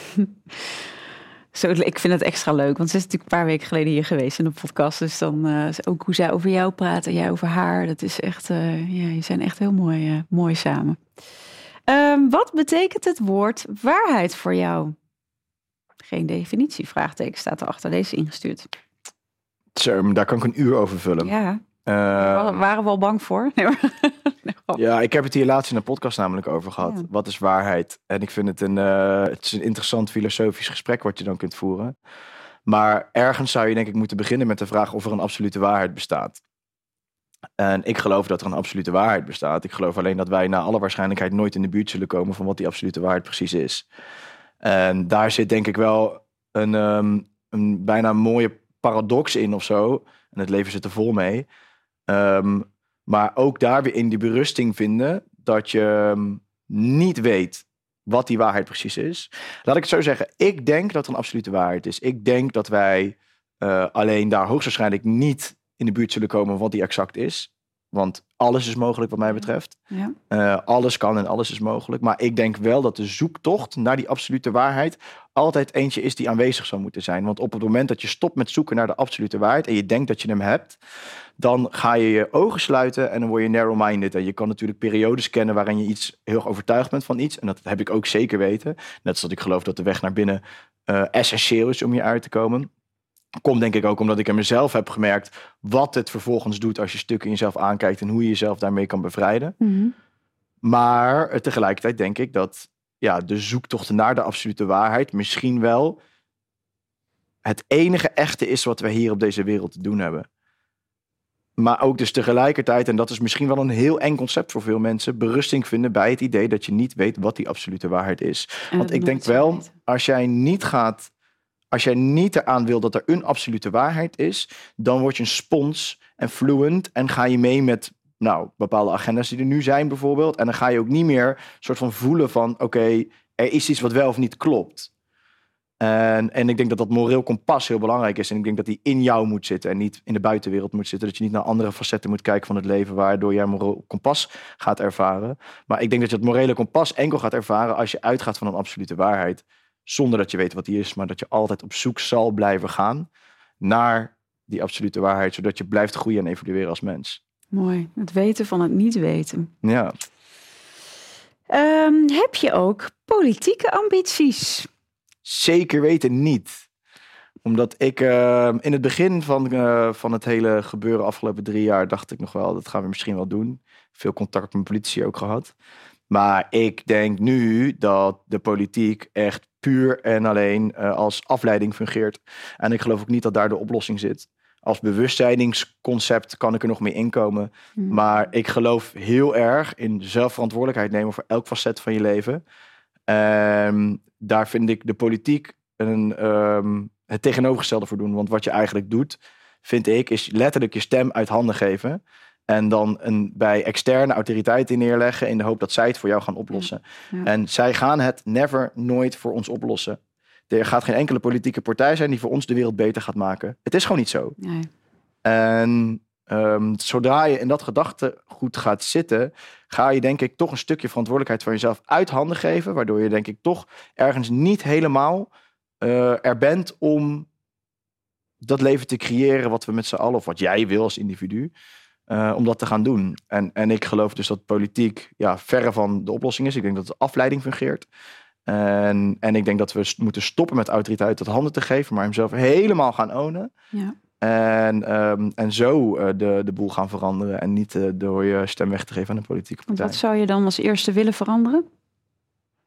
Zo, ik vind het extra leuk, want ze is natuurlijk een paar weken geleden hier geweest in de podcast. Dus dan uh, ook hoe zij over jou praat en jij over haar. Dat is echt, uh, ja, je zijn echt heel mooi, uh, mooi samen. Um, wat betekent het woord waarheid voor jou? Geen definitie, vraagteken staat erachter. Deze ingestuurd. Zo, daar kan ik een uur over vullen. Ja, uh, daar waren we al bang voor. Nee, ja, ik heb het hier laatst in een podcast namelijk over gehad. Ja. Wat is waarheid? En ik vind het een, uh, het is een interessant filosofisch gesprek wat je dan kunt voeren. Maar ergens zou je denk ik moeten beginnen met de vraag of er een absolute waarheid bestaat. En ik geloof dat er een absolute waarheid bestaat. Ik geloof alleen dat wij naar alle waarschijnlijkheid nooit in de buurt zullen komen van wat die absolute waarheid precies is. En daar zit denk ik wel een, um, een bijna mooie paradox in of zo. En het leven zit er vol mee. Um, maar ook daar weer in die berusting vinden dat je um, niet weet wat die waarheid precies is. Laat ik het zo zeggen. Ik denk dat er een absolute waarheid is. Ik denk dat wij uh, alleen daar hoogstwaarschijnlijk niet in de buurt zullen komen wat die exact is. Want alles is mogelijk wat mij betreft. Ja. Uh, alles kan en alles is mogelijk. Maar ik denk wel dat de zoektocht naar die absolute waarheid altijd eentje is die aanwezig zou moeten zijn. Want op het moment dat je stopt met zoeken naar de absolute waarheid en je denkt dat je hem hebt, dan ga je je ogen sluiten en dan word je narrow-minded. En je kan natuurlijk periodes kennen waarin je iets heel erg overtuigd bent van iets. En dat heb ik ook zeker weten. Net zoals ik geloof dat de weg naar binnen uh, essentieel is om hieruit te komen. Komt denk ik ook omdat ik in mezelf heb gemerkt wat het vervolgens doet als je stukken in jezelf aankijkt en hoe je jezelf daarmee kan bevrijden. Mm-hmm. Maar uh, tegelijkertijd denk ik dat ja, de zoektocht naar de absolute waarheid misschien wel het enige echte is wat we hier op deze wereld te doen hebben. Maar ook dus tegelijkertijd, en dat is misschien wel een heel eng concept voor veel mensen, berusting vinden bij het idee dat je niet weet wat die absolute waarheid is. En Want ik denk wel, weten. als jij niet gaat, als jij niet eraan wil dat er een absolute waarheid is, dan word je een spons en fluent en ga je mee met nou, bepaalde agenda's die er nu zijn bijvoorbeeld. En dan ga je ook niet meer soort van voelen van oké, okay, er is iets wat wel of niet klopt. En, en ik denk dat dat moreel kompas heel belangrijk is. En ik denk dat die in jou moet zitten en niet in de buitenwereld moet zitten. Dat je niet naar andere facetten moet kijken van het leven waardoor jij moreel kompas gaat ervaren. Maar ik denk dat je het morele kompas enkel gaat ervaren als je uitgaat van een absolute waarheid. Zonder dat je weet wat die is, maar dat je altijd op zoek zal blijven gaan naar die absolute waarheid. Zodat je blijft groeien en evolueren als mens. Mooi, het weten van het niet weten. Ja. Um, heb je ook politieke ambities? Zeker weten niet. Omdat ik uh, in het begin van, uh, van het hele gebeuren afgelopen drie jaar dacht ik nog wel, dat gaan we misschien wel doen. Veel contact met politici ook gehad. Maar ik denk nu dat de politiek echt puur en alleen uh, als afleiding fungeert. En ik geloof ook niet dat daar de oplossing zit. Als bewustzijningsconcept kan ik er nog mee inkomen. Mm. Maar ik geloof heel erg in zelfverantwoordelijkheid nemen voor elk facet van je leven. Um, daar vind ik de politiek een, um, het tegenovergestelde voor doen. Want wat je eigenlijk doet, vind ik, is letterlijk je stem uit handen geven. En dan een, bij externe autoriteiten neerleggen in de hoop dat zij het voor jou gaan oplossen. Ja, ja. En zij gaan het never, nooit voor ons oplossen. Er gaat geen enkele politieke partij zijn die voor ons de wereld beter gaat maken. Het is gewoon niet zo. Nee. En um, zodra je in dat gedachtegoed gaat zitten, ga je denk ik toch een stukje verantwoordelijkheid van jezelf uit handen geven. Waardoor je denk ik toch ergens niet helemaal uh, er bent om dat leven te creëren wat we met z'n allen, of wat jij wil als individu, uh, om dat te gaan doen. En, en ik geloof dus dat politiek ja, verre van de oplossing is. Ik denk dat het afleiding fungeert. En, en ik denk dat we moeten stoppen met autoriteit tot handen te geven, maar hem zelf helemaal gaan ownen. Ja. En, um, en zo uh, de, de boel gaan veranderen en niet uh, door je stem weg te geven aan de politieke partij. Wat zou je dan als eerste willen veranderen?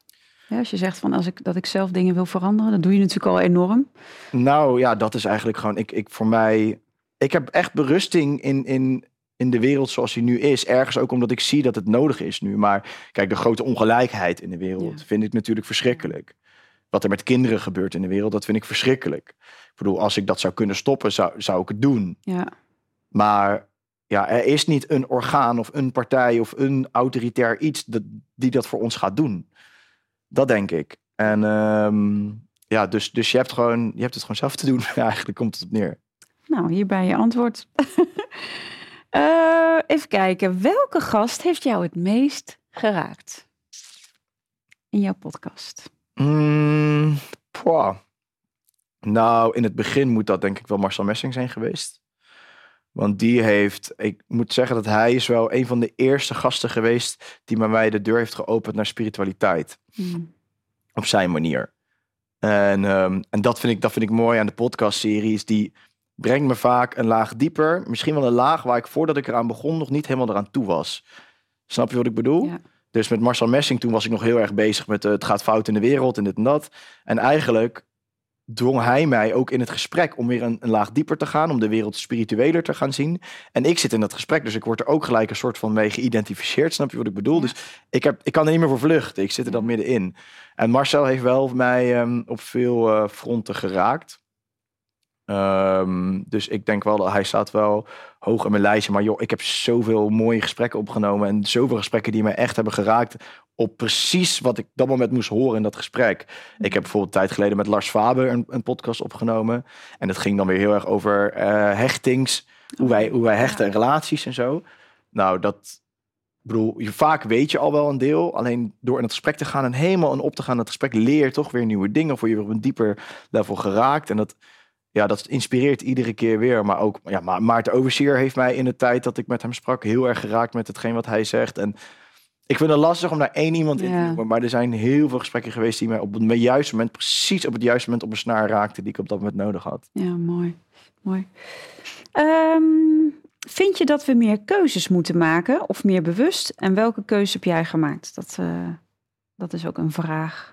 Ja, als je zegt van als ik dat ik zelf dingen wil veranderen, dat doe je natuurlijk al enorm. Nou ja, dat is eigenlijk gewoon, ik, ik voor mij, ik heb echt berusting in, in, in de wereld zoals die nu is. Ergens ook omdat ik zie dat het nodig is nu. Maar kijk, de grote ongelijkheid in de wereld Ja. vind ik natuurlijk verschrikkelijk. Wat er met kinderen gebeurt in de wereld, dat vind ik verschrikkelijk. Ik bedoel, als ik dat zou kunnen stoppen, zou, zou ik het doen. Ja. Maar ja, er is niet een orgaan of een partij of een autoritair iets dat, die dat voor ons gaat doen. Dat denk ik. En um, ja, dus, dus je hebt gewoon, je hebt het gewoon zelf te doen. Ja, eigenlijk komt het op neer. Nou, hierbij je antwoord. uh, even kijken. Welke gast heeft jou het meest geraakt in jouw podcast? Mm, nou, in het begin moet dat denk ik wel Marcel Messing zijn geweest. Want die heeft, ik moet zeggen dat hij is wel een van de eerste gasten geweest die bij mij de deur heeft geopend naar spiritualiteit. Hmm. Op zijn manier. En, um, en dat, vind ik, dat vind ik mooi aan de podcastseries. Die brengt me vaak een laag dieper. Misschien wel een laag waar ik voordat ik eraan begon nog niet helemaal eraan toe was. Snap je wat ik bedoel? Ja. Dus met Marcel Messing toen was ik nog heel erg bezig met uh, het gaat fout in de wereld en dit en dat. En eigenlijk dwong hij mij ook in het gesprek om weer een, een laag dieper te gaan, om de wereld spiritueler te gaan zien. En ik zit in dat gesprek, dus ik word er ook gelijk een soort van mee geïdentificeerd. Snap je wat ik bedoel? Ja. Dus ik, heb, ik kan er niet meer voor vluchten. Ik zit er dan middenin. En Marcel heeft wel mij um, op veel uh, fronten geraakt. Um, dus ik denk wel dat hij staat wel hoog in mijn lijstje. Maar joh, ik heb zoveel mooie gesprekken opgenomen en zoveel gesprekken die mij echt hebben geraakt op precies wat ik dat moment moest horen in dat gesprek. Ik heb bijvoorbeeld een tijd geleden met Lars Faber een, een podcast opgenomen. En dat ging dan weer heel erg over uh, hechtings. Hoe wij, hoe wij hechten en relaties en zo. Nou, dat... Ik bedoel, je, vaak weet je al wel een deel. Alleen door in het gesprek te gaan en helemaal in op te gaan in het gesprek leer je toch weer nieuwe dingen. Of word je weer op een dieper level geraakt. En dat... Ja, dat inspireert iedere keer weer. Maar ook ja, maar Maarten Overzier heeft mij in de tijd dat ik met hem sprak heel erg geraakt met hetgeen wat hij zegt. En ik vind het lastig om daar één iemand in te Ja. noemen. Maar er zijn heel veel gesprekken geweest die mij op het juiste moment, precies op het juiste moment op een snaar raakten die ik op dat moment nodig had. Ja, mooi. mooi. Um, vind je dat we meer keuzes moeten maken of meer bewust? En welke keuze heb jij gemaakt? Dat, uh, dat is ook een vraag.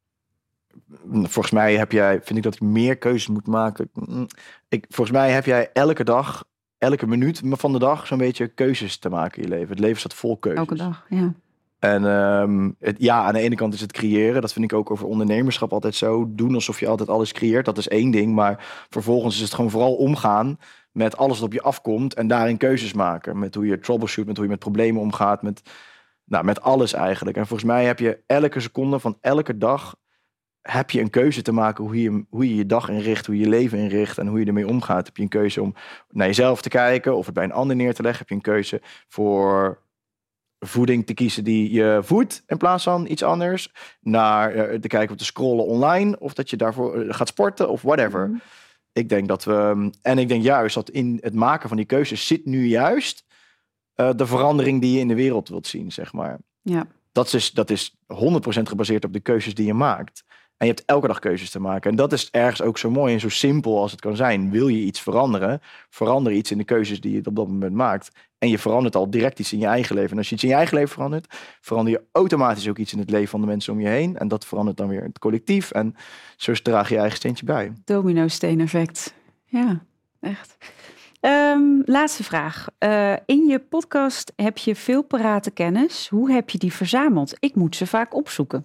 Volgens mij heb jij, vind ik dat ik meer keuzes moet maken. Ik, volgens mij heb jij elke dag, elke minuut van de dag zo'n beetje keuzes te maken in je leven. Het leven staat vol keuzes. Elke dag, ja. En um, het, ja, aan de ene kant is het creëren. Dat vind ik ook over ondernemerschap altijd zo. Doen alsof je altijd alles creëert, dat is één ding. Maar vervolgens is het gewoon vooral omgaan met alles wat op je afkomt. En daarin keuzes maken. Met hoe je troubleshoot, met hoe je met problemen omgaat. Met, nou, met alles eigenlijk. En volgens mij heb je elke seconde van elke dag heb je een keuze te maken hoe je, hoe je je dag inricht, hoe je je leven inricht en hoe je ermee omgaat. Heb je een keuze om naar jezelf te kijken of het bij een ander neer te leggen? Heb je een keuze voor voeding te kiezen die je voedt in plaats van iets anders? Naar uh, te kijken of te scrollen online of dat je daarvoor uh, gaat sporten of whatever. Mm. Ik denk dat we, en ik denk juist dat in het maken van die keuzes zit nu juist uh, de verandering die je in de wereld wilt zien, zeg maar. Ja. Dat is, dat is honderd procent gebaseerd op de keuzes die je maakt. En je hebt elke dag keuzes te maken. En dat is ergens ook zo mooi en zo simpel als het kan zijn. Wil je iets veranderen? Verander iets in de keuzes die je op dat moment maakt. En je verandert al direct iets in je eigen leven. En als je iets in je eigen leven verandert, verander je automatisch ook iets in het leven van de mensen om je heen. En dat verandert dan weer het collectief. En zo draag je je eigen steentje bij. Domino-steen effect. Ja, echt. Um, laatste vraag. Uh, in je podcast heb je veel parate kennis. Hoe heb je die verzameld? Ik moet ze vaak opzoeken.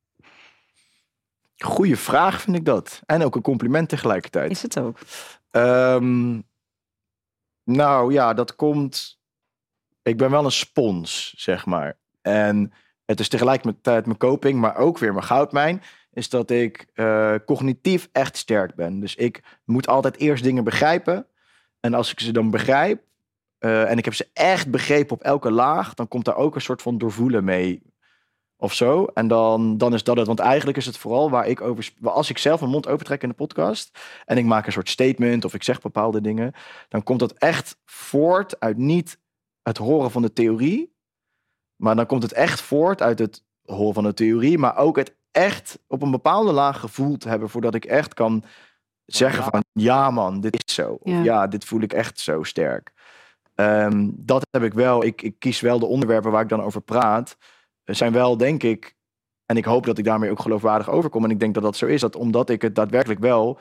Goeie vraag vind ik dat. En ook een compliment tegelijkertijd. Is het ook? Um, nou ja, dat komt... Ik ben wel een spons, zeg maar. En het is tegelijkertijd mijn coping, maar ook weer mijn goudmijn. Is dat ik uh, cognitief echt sterk ben. Dus ik moet altijd eerst dingen begrijpen. En als ik ze dan begrijp, uh, en ik heb ze echt begrepen op elke laag, dan komt daar ook een soort van doorvoelen mee of zo. En dan, dan is dat het. Want eigenlijk is het vooral waar ik over... Als ik zelf mijn mond opentrek in de podcast en ik maak een soort statement of ik zeg bepaalde dingen, dan komt dat echt voort uit niet het horen van de theorie, maar dan komt het echt voort uit het horen van de theorie, maar ook het echt op een bepaalde laag gevoeld hebben voordat ik echt kan zeggen van ja man, dit is zo. Of ja, ja dit voel ik echt zo sterk. Um, dat heb ik wel. Ik, ik kies wel de onderwerpen waar ik dan over praat. Er zijn wel, denk ik, En ik hoop dat ik daarmee ook geloofwaardig overkom. En ik denk dat dat zo is. Dat omdat ik het daadwerkelijk wel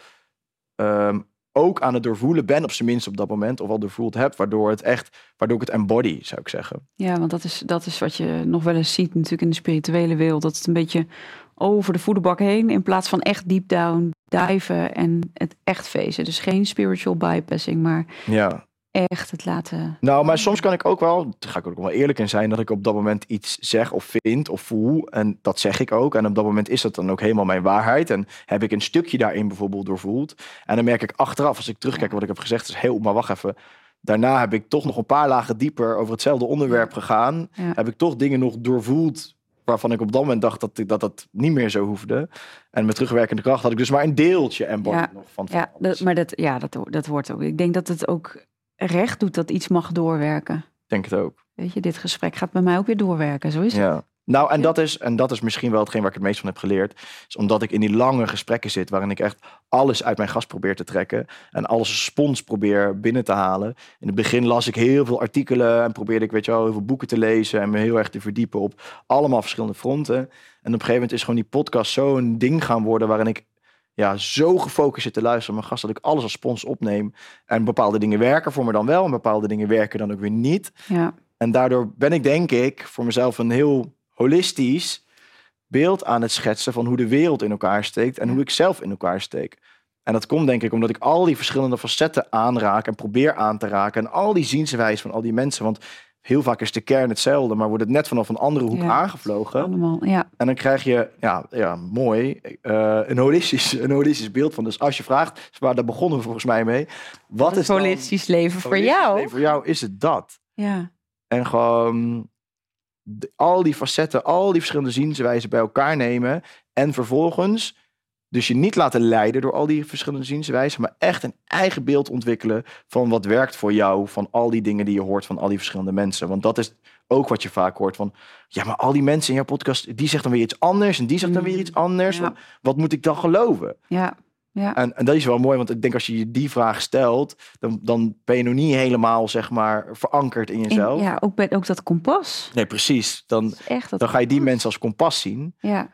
um, ook aan het doorvoelen ben, op zijn minst op dat moment, of al doorvoeld heb, waardoor het echt, waardoor ik het embody, zou ik zeggen. Ja, want dat is, dat is wat je nog wel eens ziet natuurlijk in de spirituele wereld. Dat het een beetje over de voederbak heen, in plaats van echt deep down diven en het echt feesten. Dus geen spiritual bypassing, maar ja. echt het laten... Nou, maar soms kan ik ook wel, daar ga ik ook wel eerlijk in zijn, dat ik op dat moment iets zeg of vind of voel. En dat zeg ik ook. En op dat moment is dat dan ook helemaal mijn waarheid. En heb ik een stukje daarin bijvoorbeeld doorvoeld. En dan merk ik achteraf, als ik terugkijk wat ik heb gezegd, is heel, maar wacht even. Daarna heb ik toch nog een paar lagen dieper over hetzelfde onderwerp gegaan. Ja. Heb ik toch dingen nog doorvoeld waarvan ik op dat moment dacht dat ik, dat, dat niet meer zo hoefde. En met terugwerkende kracht had ik dus maar een deeltje en ja. nog van. Ja, dat, maar dat, ja dat, dat hoort ook. Ik denk dat het ook recht doet dat iets mag doorwerken. Ik denk het ook. Weet je, dit gesprek gaat bij mij ook weer doorwerken. Zo is het. Ja. Nou, en, ja. dat is, en dat is misschien wel hetgeen waar ik het meest van heb geleerd. Is omdat ik in die lange gesprekken zit, waarin ik echt alles uit mijn gas probeer te trekken. En alles als spons probeer binnen te halen. In het begin las ik heel veel artikelen en probeerde ik, weet je wel, heel veel boeken te lezen. En me heel erg te verdiepen op allemaal verschillende fronten. En op een gegeven moment is gewoon die podcast zo'n ding gaan worden, waarin ik ja, zo gefocust zit te luisteren. Mijn gast, dat ik alles als spons opneem. En bepaalde dingen werken voor me dan wel. En bepaalde dingen werken dan ook weer niet. Ja. En daardoor ben ik, denk ik, voor mezelf een heel holistisch beeld aan het schetsen van hoe de wereld in elkaar steekt en ja. hoe ik zelf in elkaar steek. En dat komt denk ik omdat ik al die verschillende facetten aanraak en probeer aan te raken en al die zienswijze van al die mensen, want heel vaak is de kern hetzelfde, maar wordt het net vanaf een andere hoek ja, aangevlogen. Allemaal, ja. En dan krijg je, ja, ja mooi, uh, een, holistisch, een holistisch beeld van. Dus als je vraagt, waar daar begonnen we volgens mij mee. Wat het is dan holistisch leven voor holistisch jou? Leven voor jou is het dat. Ja. En gewoon de, al die facetten, al die verschillende zienswijzen bij elkaar nemen. En vervolgens dus je niet laten leiden door al die verschillende zienswijzen. Maar echt een eigen beeld ontwikkelen van wat werkt voor jou. Van al die dingen die je hoort van al die verschillende mensen. Want dat is ook wat je vaak hoort van, ja, maar al die mensen in jouw podcast, die zegt dan weer iets anders. En die zegt dan weer iets anders. Ja. Wat moet ik dan geloven? Ja. Ja. En, en dat is wel mooi, want ik denk als je je die vraag stelt, dan, dan ben je nog niet helemaal, zeg maar, verankerd in jezelf. In, ja, ook, bij, ook dat kompas. Nee, precies. Dan, echt dat dan ga je die kompas. mensen als kompas zien. Ja.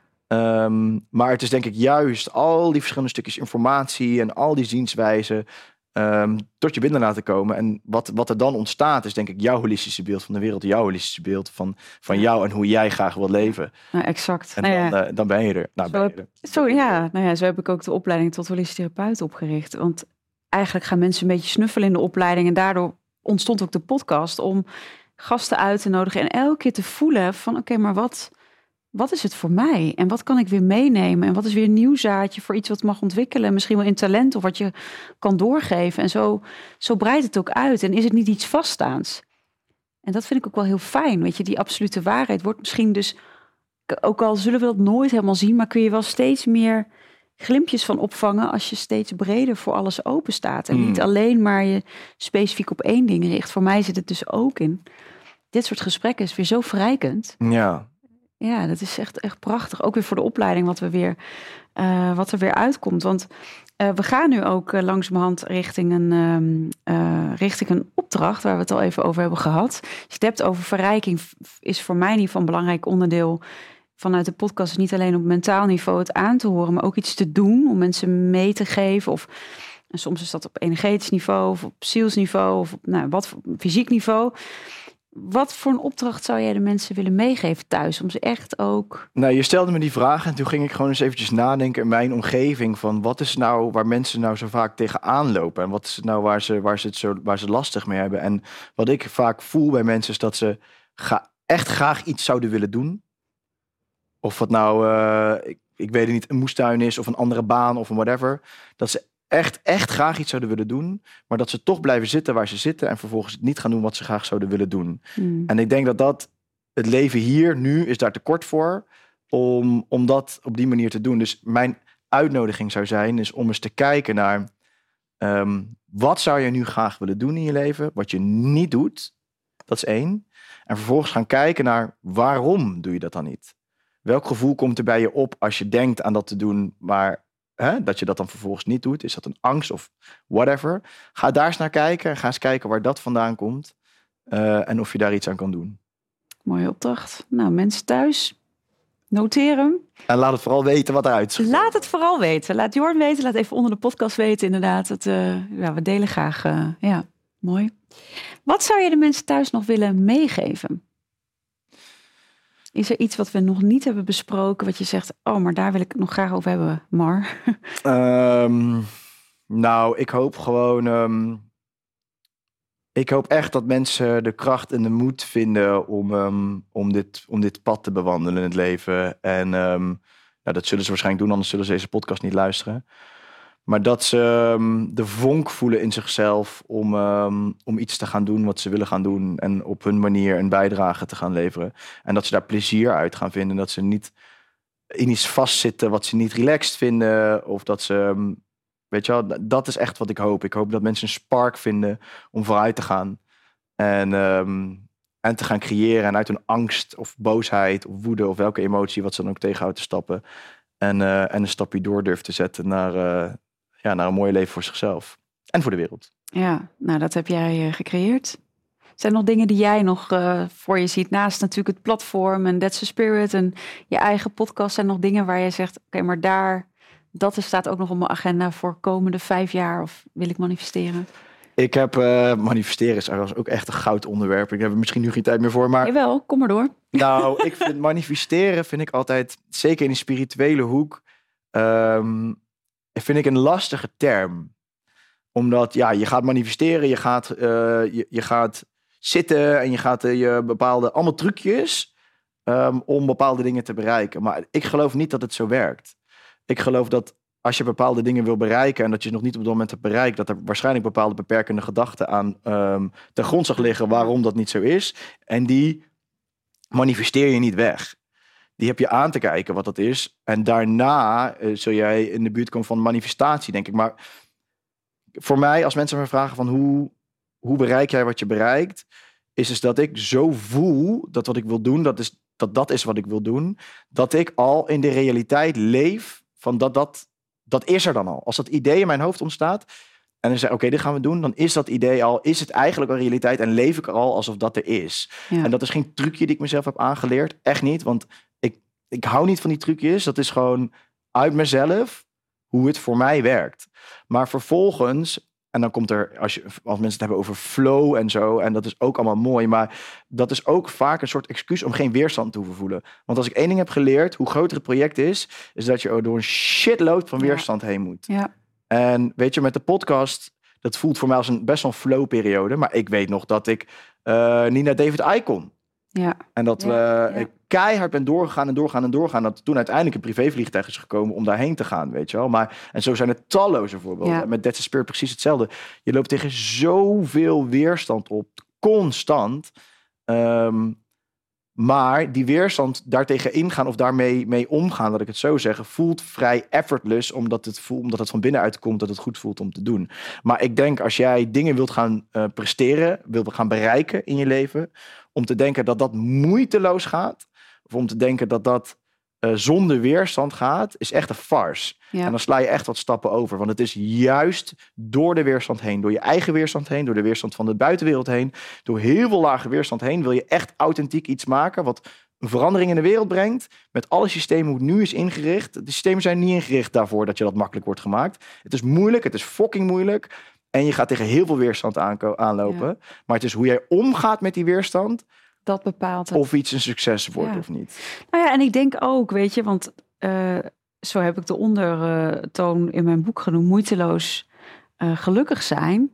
Um, maar het is denk ik juist al die verschillende stukjes informatie en al die zienswijzen um, tot je binnen laten komen. En wat, wat er dan ontstaat is denk ik jouw holistische beeld van de wereld, jouw holistische beeld van, van ja. jou en hoe jij graag wilt leven. Nou, exact. En nou dan, ja. uh, dan ben je er. Nou, zo, ben je heb, er. Zo, ja, nou ja, zo heb ik ook de opleiding tot holistisch therapeut opgericht. Want eigenlijk gaan mensen een beetje snuffelen in de opleiding. En daardoor ontstond ook de podcast om gasten uit te nodigen en elke keer te voelen van oké, okay, maar wat... Wat is het voor mij? En wat kan ik weer meenemen? En wat is weer een nieuw zaadje voor iets wat mag ontwikkelen? Misschien wel in talent of wat je kan doorgeven. En zo, zo breidt het ook uit. En is het niet iets vaststaands? En dat vind ik ook wel heel fijn. Weet je, die absolute waarheid wordt misschien dus... Ook al zullen we dat nooit helemaal zien... maar kun je wel steeds meer glimpjes van opvangen... als je steeds breder voor alles open staat. En mm. niet alleen maar je specifiek op één ding richt. Voor mij zit het dus ook in... Dit soort gesprekken is weer zo verrijkend. Ja. Ja, dat is echt, echt prachtig. Ook weer voor de opleiding wat, we weer, uh, wat er weer uitkomt. Want uh, we gaan nu ook uh, langzamerhand richting een, um, uh, richting een opdracht... waar we het al even over hebben gehad. Als je het hebt over verrijking... is voor mij in ieder geval een belangrijk onderdeel... vanuit de podcast niet alleen op mentaal niveau het aan te horen... maar ook iets te doen om mensen mee te geven... of en soms is dat op energetisch niveau of op zielsniveau... of op nou, wat voor fysiek niveau... Wat voor een opdracht zou jij de mensen willen meegeven thuis? Om ze echt ook... Nou, je stelde me die vraag en toen ging ik gewoon eens eventjes nadenken in mijn omgeving van wat is nou waar mensen nou zo vaak tegenaan lopen en wat is het nou waar ze, waar ze het zo waar ze lastig mee hebben. En wat ik vaak voel bij mensen is dat ze ga, echt graag iets zouden willen doen. Of wat nou, uh, ik, ik weet het niet, een moestuin is of een andere baan of een whatever. Dat ze echt, echt graag iets zouden willen doen, maar dat ze toch blijven zitten waar ze zitten en vervolgens niet gaan doen wat ze graag zouden willen doen. Mm. En ik denk dat dat het leven hier, nu, is daar tekort voor om, om dat op die manier te doen. Dus mijn uitnodiging zou zijn, is om eens te kijken naar um, wat zou je nu graag willen doen in je leven, wat je niet doet, dat is één. En vervolgens gaan kijken naar waarom doe je dat dan niet? Welk gevoel komt er bij je op als je denkt aan dat te doen, maar Hè, dat je dat dan vervolgens niet doet. Is dat een angst of whatever? Ga daar eens naar kijken. Ga eens kijken waar dat vandaan komt. Uh, en of je daar iets aan kan doen. Mooie opdracht. Nou, mensen thuis. Noteer hem. En laat het vooral weten wat eruit is. Laat het vooral weten. Laat Jorn weten. Laat even onder de podcast weten inderdaad. Dat, uh, ja, we delen graag. Uh, ja, mooi. Wat zou je de mensen thuis nog willen meegeven? Is er iets wat we nog niet hebben besproken, wat je zegt, oh, maar daar wil ik het nog graag over hebben, Mar? Um, nou, ik hoop gewoon... Um, ik hoop echt dat mensen de kracht en de moed vinden om, um, om, dit, om dit pad te bewandelen in het leven. En um, nou, dat zullen ze waarschijnlijk doen, anders zullen ze deze podcast niet luisteren. Maar dat ze um, de vonk voelen in zichzelf om, um, om iets te gaan doen wat ze willen gaan doen. En op hun manier een bijdrage te gaan leveren. En dat ze daar plezier uit gaan vinden. Dat ze niet in iets vastzitten wat ze niet relaxed vinden. Of dat ze, um, weet je wel, dat is echt wat ik hoop. Ik hoop dat mensen een spark vinden om vooruit te gaan. En, um, en te gaan creëren. En uit hun angst of boosheid of woede of welke emotie wat ze dan ook tegenhoudt te stappen. En, uh, en een stapje door durft te zetten naar... Uh, Ja, naar een mooi leven voor zichzelf. En voor de wereld. Ja, nou dat heb jij uh, gecreëerd. Zijn er nog dingen die jij nog uh, voor je ziet? Naast natuurlijk het platform en That's the Spirit en je eigen podcast. Zijn er nog dingen waar je zegt, oké, okay, maar daar... dat staat ook nog op mijn agenda voor komende vijf jaar. Of wil ik manifesteren? Ik heb... Uh, manifesteren is ook echt een goud onderwerp. Ik heb er misschien nu geen tijd meer voor, maar... Jawel, kom maar door. Nou, ik vind manifesteren vind ik altijd... Zeker in die spirituele hoek... Um, vind ik een lastige term. Omdat, ja, je gaat manifesteren, je gaat, uh, je, je gaat zitten en je gaat uh, je bepaalde, allemaal trucjes um, om bepaalde dingen te bereiken. Maar ik geloof niet dat het zo werkt. Ik geloof dat als je bepaalde dingen wil bereiken en dat je nog niet op het moment hebt bereikt, dat er waarschijnlijk bepaalde beperkende gedachten aan um, ten grondslag liggen waarom dat niet zo is. En die manifesteer je niet weg. Die heb je aan te kijken wat dat is. En daarna uh, zul jij in de buurt komen van manifestatie, denk ik. Maar voor mij, als mensen me vragen van hoe, hoe bereik jij wat je bereikt, is dus dat ik zo voel dat wat ik wil doen, dat is, dat, dat is wat ik wil doen. Dat ik al in de realiteit leef van dat, dat, dat is er dan al. Als dat idee in mijn hoofd ontstaat en dan zeg ik, oké, okay, dit gaan we doen, dan is dat idee al, is het eigenlijk al realiteit en leef ik er al alsof dat er is. Ja. En dat is geen trucje die ik mezelf heb aangeleerd. Echt niet, want ik hou niet van die trucjes. Dat is gewoon uit mezelf hoe het voor mij werkt. Maar vervolgens, en dan komt er, als, je, als mensen het hebben over flow en zo, en dat is ook allemaal mooi, maar dat is ook vaak een soort excuus om geen weerstand te hoeven voelen. Want als ik één ding heb geleerd, hoe groter het project is, is dat je door een shitload van weerstand ja. heen moet. Ja. En weet je, met de podcast, dat voelt voor mij als een best wel flow periode, maar ik weet nog dat ik uh, niet naar David Icke kon. Ja. En dat ja, we ja. keihard ben doorgegaan en doorgaan en doorgaan. Dat toen uiteindelijk een privévliegtuig is gekomen om daarheen te gaan, weet je wel. Maar, en zo zijn er talloze voorbeelden. Ja. Met That's the Spirit precies hetzelfde. Je loopt tegen zoveel weerstand op, constant. Um, maar die weerstand daartegen ingaan of daarmee mee omgaan, dat ik het zo zeg, voelt vrij effortless, omdat het, voelt, omdat het van binnenuit komt, dat het goed voelt om te doen. Maar ik denk, als jij dingen wilt gaan uh, presteren, wilt gaan bereiken in je leven, om te denken dat dat moeiteloos gaat, of om te denken dat dat uh, zonder weerstand gaat, is echt een farce. Ja. En dan sla je echt wat stappen over. Want het is juist door de weerstand heen, door je eigen weerstand heen, door de weerstand van de buitenwereld heen, door heel veel lage weerstand heen, wil je echt authentiek iets maken wat een verandering in de wereld brengt, met alle systemen hoe het nu is ingericht. De systemen zijn niet ingericht daarvoor dat je dat makkelijk wordt gemaakt. Het is moeilijk, het is fucking moeilijk. En je gaat tegen heel veel weerstand aanko- aanlopen. Ja. Maar het is hoe jij omgaat met die weerstand, dat bepaalt het. Of iets een succes wordt ja. of niet. Nou ja, en ik denk ook, weet je, want uh, zo heb ik de ondertoon in mijn boek genoemd, moeiteloos uh, gelukkig zijn.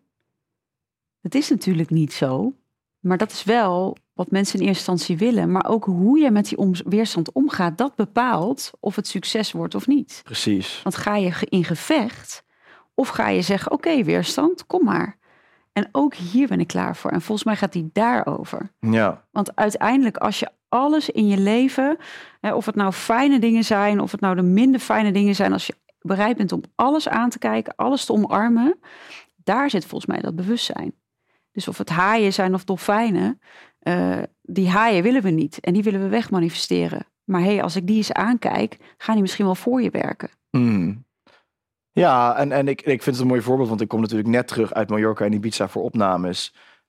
Het is natuurlijk niet zo, maar dat is wel wat mensen in eerste instantie willen. Maar ook hoe je met die om- weerstand omgaat, dat bepaalt of het succes wordt of niet. Precies. Want ga je in gevecht of ga je zeggen, oké, okay, weerstand, kom maar. En ook hier ben ik klaar voor. En volgens mij gaat die daarover. Ja. Want uiteindelijk, als je alles in je leven, hè, of het nou fijne dingen zijn, of het nou de minder fijne dingen zijn, als je bereid bent om alles aan te kijken, alles te omarmen, daar zit volgens mij dat bewustzijn. Dus of het haaien zijn of dolfijnen, uh, die haaien willen we niet. En die willen we wegmanifesteren. Maar hé, hey, als ik die eens aankijk, gaan die misschien wel voor je werken. Mm. Ja, en, en ik, ik vind het een mooi voorbeeld, want ik kom natuurlijk net terug uit Mallorca en Ibiza voor opnames.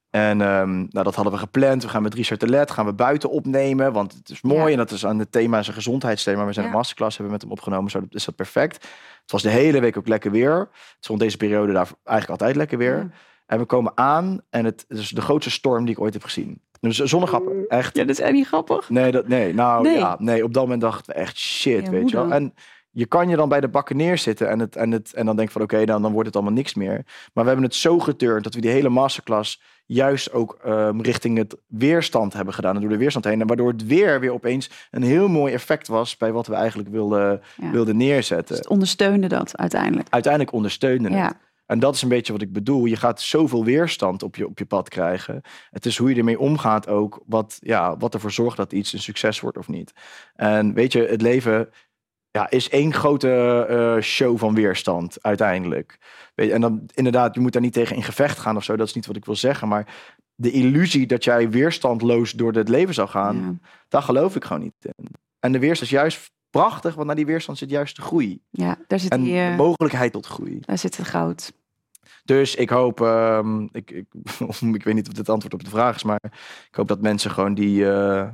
En um, nou, dat hadden we gepland. We gaan met Richard de Let gaan we buiten opnemen. Want het is mooi. Ja. En dat is aan het thema, zijn gezondheidsthema. We zijn ja. een masterclass hebben met hem opgenomen. Zo is dat perfect. Het was de hele week ook lekker weer. Het is rond deze periode daar eigenlijk altijd lekker weer. Ja. En we komen aan. En het is de grootste storm die ik ooit heb gezien. Dus zonder grappen. Echt. Ja, dat is echt niet grappig. Nee, dat, nee. Nou nee. ja, nee. Op dat moment dachten we echt shit, ja, weet je wel. En je kan je dan bij de bakken neerzitten en, het, en, het, en dan denk je van oké, okay, dan, dan wordt het allemaal niks meer. Maar we hebben het zo geturnd dat we die hele masterclass juist ook um, richting het weerstand hebben gedaan. En door de weerstand heen. En waardoor het weer weer opeens een heel mooi effect was bij wat we eigenlijk wilden, ja. wilden neerzetten. Dus het ondersteunde dat uiteindelijk. Uiteindelijk ondersteunde het. Ja. En dat is een beetje wat ik bedoel. Je gaat zoveel weerstand op je, op je pad krijgen. Het is hoe je ermee omgaat ook. Wat, ja, wat ervoor zorgt dat iets een succes wordt of niet. En weet je, het leven ja, is één grote uh, show van weerstand uiteindelijk. Weet je, en dan inderdaad, je moet daar niet tegen in gevecht gaan of zo. Dat is niet wat ik wil zeggen. Maar de illusie dat jij weerstandloos door het leven zou gaan, ja. daar geloof ik gewoon niet in. En de weerstand is juist prachtig, want naar die weerstand zit juist de groei. Ja, daar zit en die, uh, de mogelijkheid tot groei. Daar zit het goud. Dus ik hoop, um, ik, ik, ik weet niet of dit het antwoord op de vraag is, maar ik hoop dat mensen gewoon die, uh,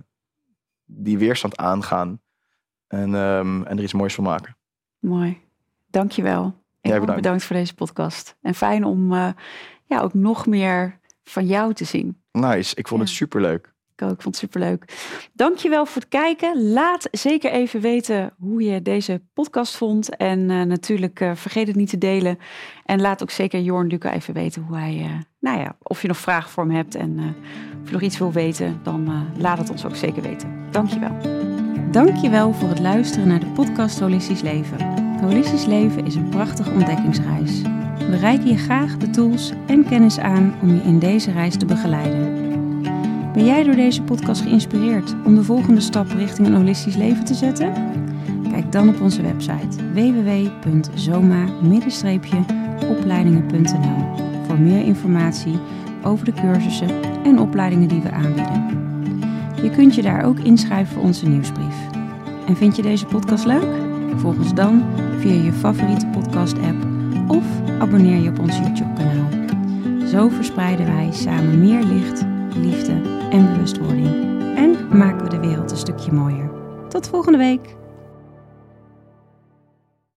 die weerstand aangaan en, um, en er iets moois van maken. Mooi, dankjewel. Jij bedankt. bedankt voor deze podcast. En fijn om uh, ja, ook nog meer van jou te zien. Nice, ik vond ja. het superleuk. Ik ook, ik vond het superleuk. Dankjewel voor het kijken. Laat zeker even weten hoe je deze podcast vond. En uh, natuurlijk uh, vergeet het niet te delen. En laat ook zeker Jorn Luca even weten hoe hij, uh, nou ja, of je nog vragen voor hem hebt. En uh, of je nog iets wil weten, dan uh, laat het ons ook zeker weten. Dankjewel. Dankjewel voor het luisteren naar de podcast Holistisch Leven. Holistisch Leven is een prachtige ontdekkingsreis. We reiken je graag de tools en kennis aan om je in deze reis te begeleiden. Ben jij door deze podcast geïnspireerd om de volgende stap richting een holistisch leven te zetten? Kijk dan op onze website w w w punt zoma opleidingen punt n l voor meer informatie over de cursussen en opleidingen die we aanbieden. Je kunt je daar ook inschrijven voor onze nieuwsbrief. En vind je deze podcast leuk? Volg ons dan via je favoriete podcast-app of abonneer je op ons YouTube-kanaal. Zo verspreiden wij samen meer licht, liefde en bewustwording. En maken we de wereld een stukje mooier. Tot volgende week!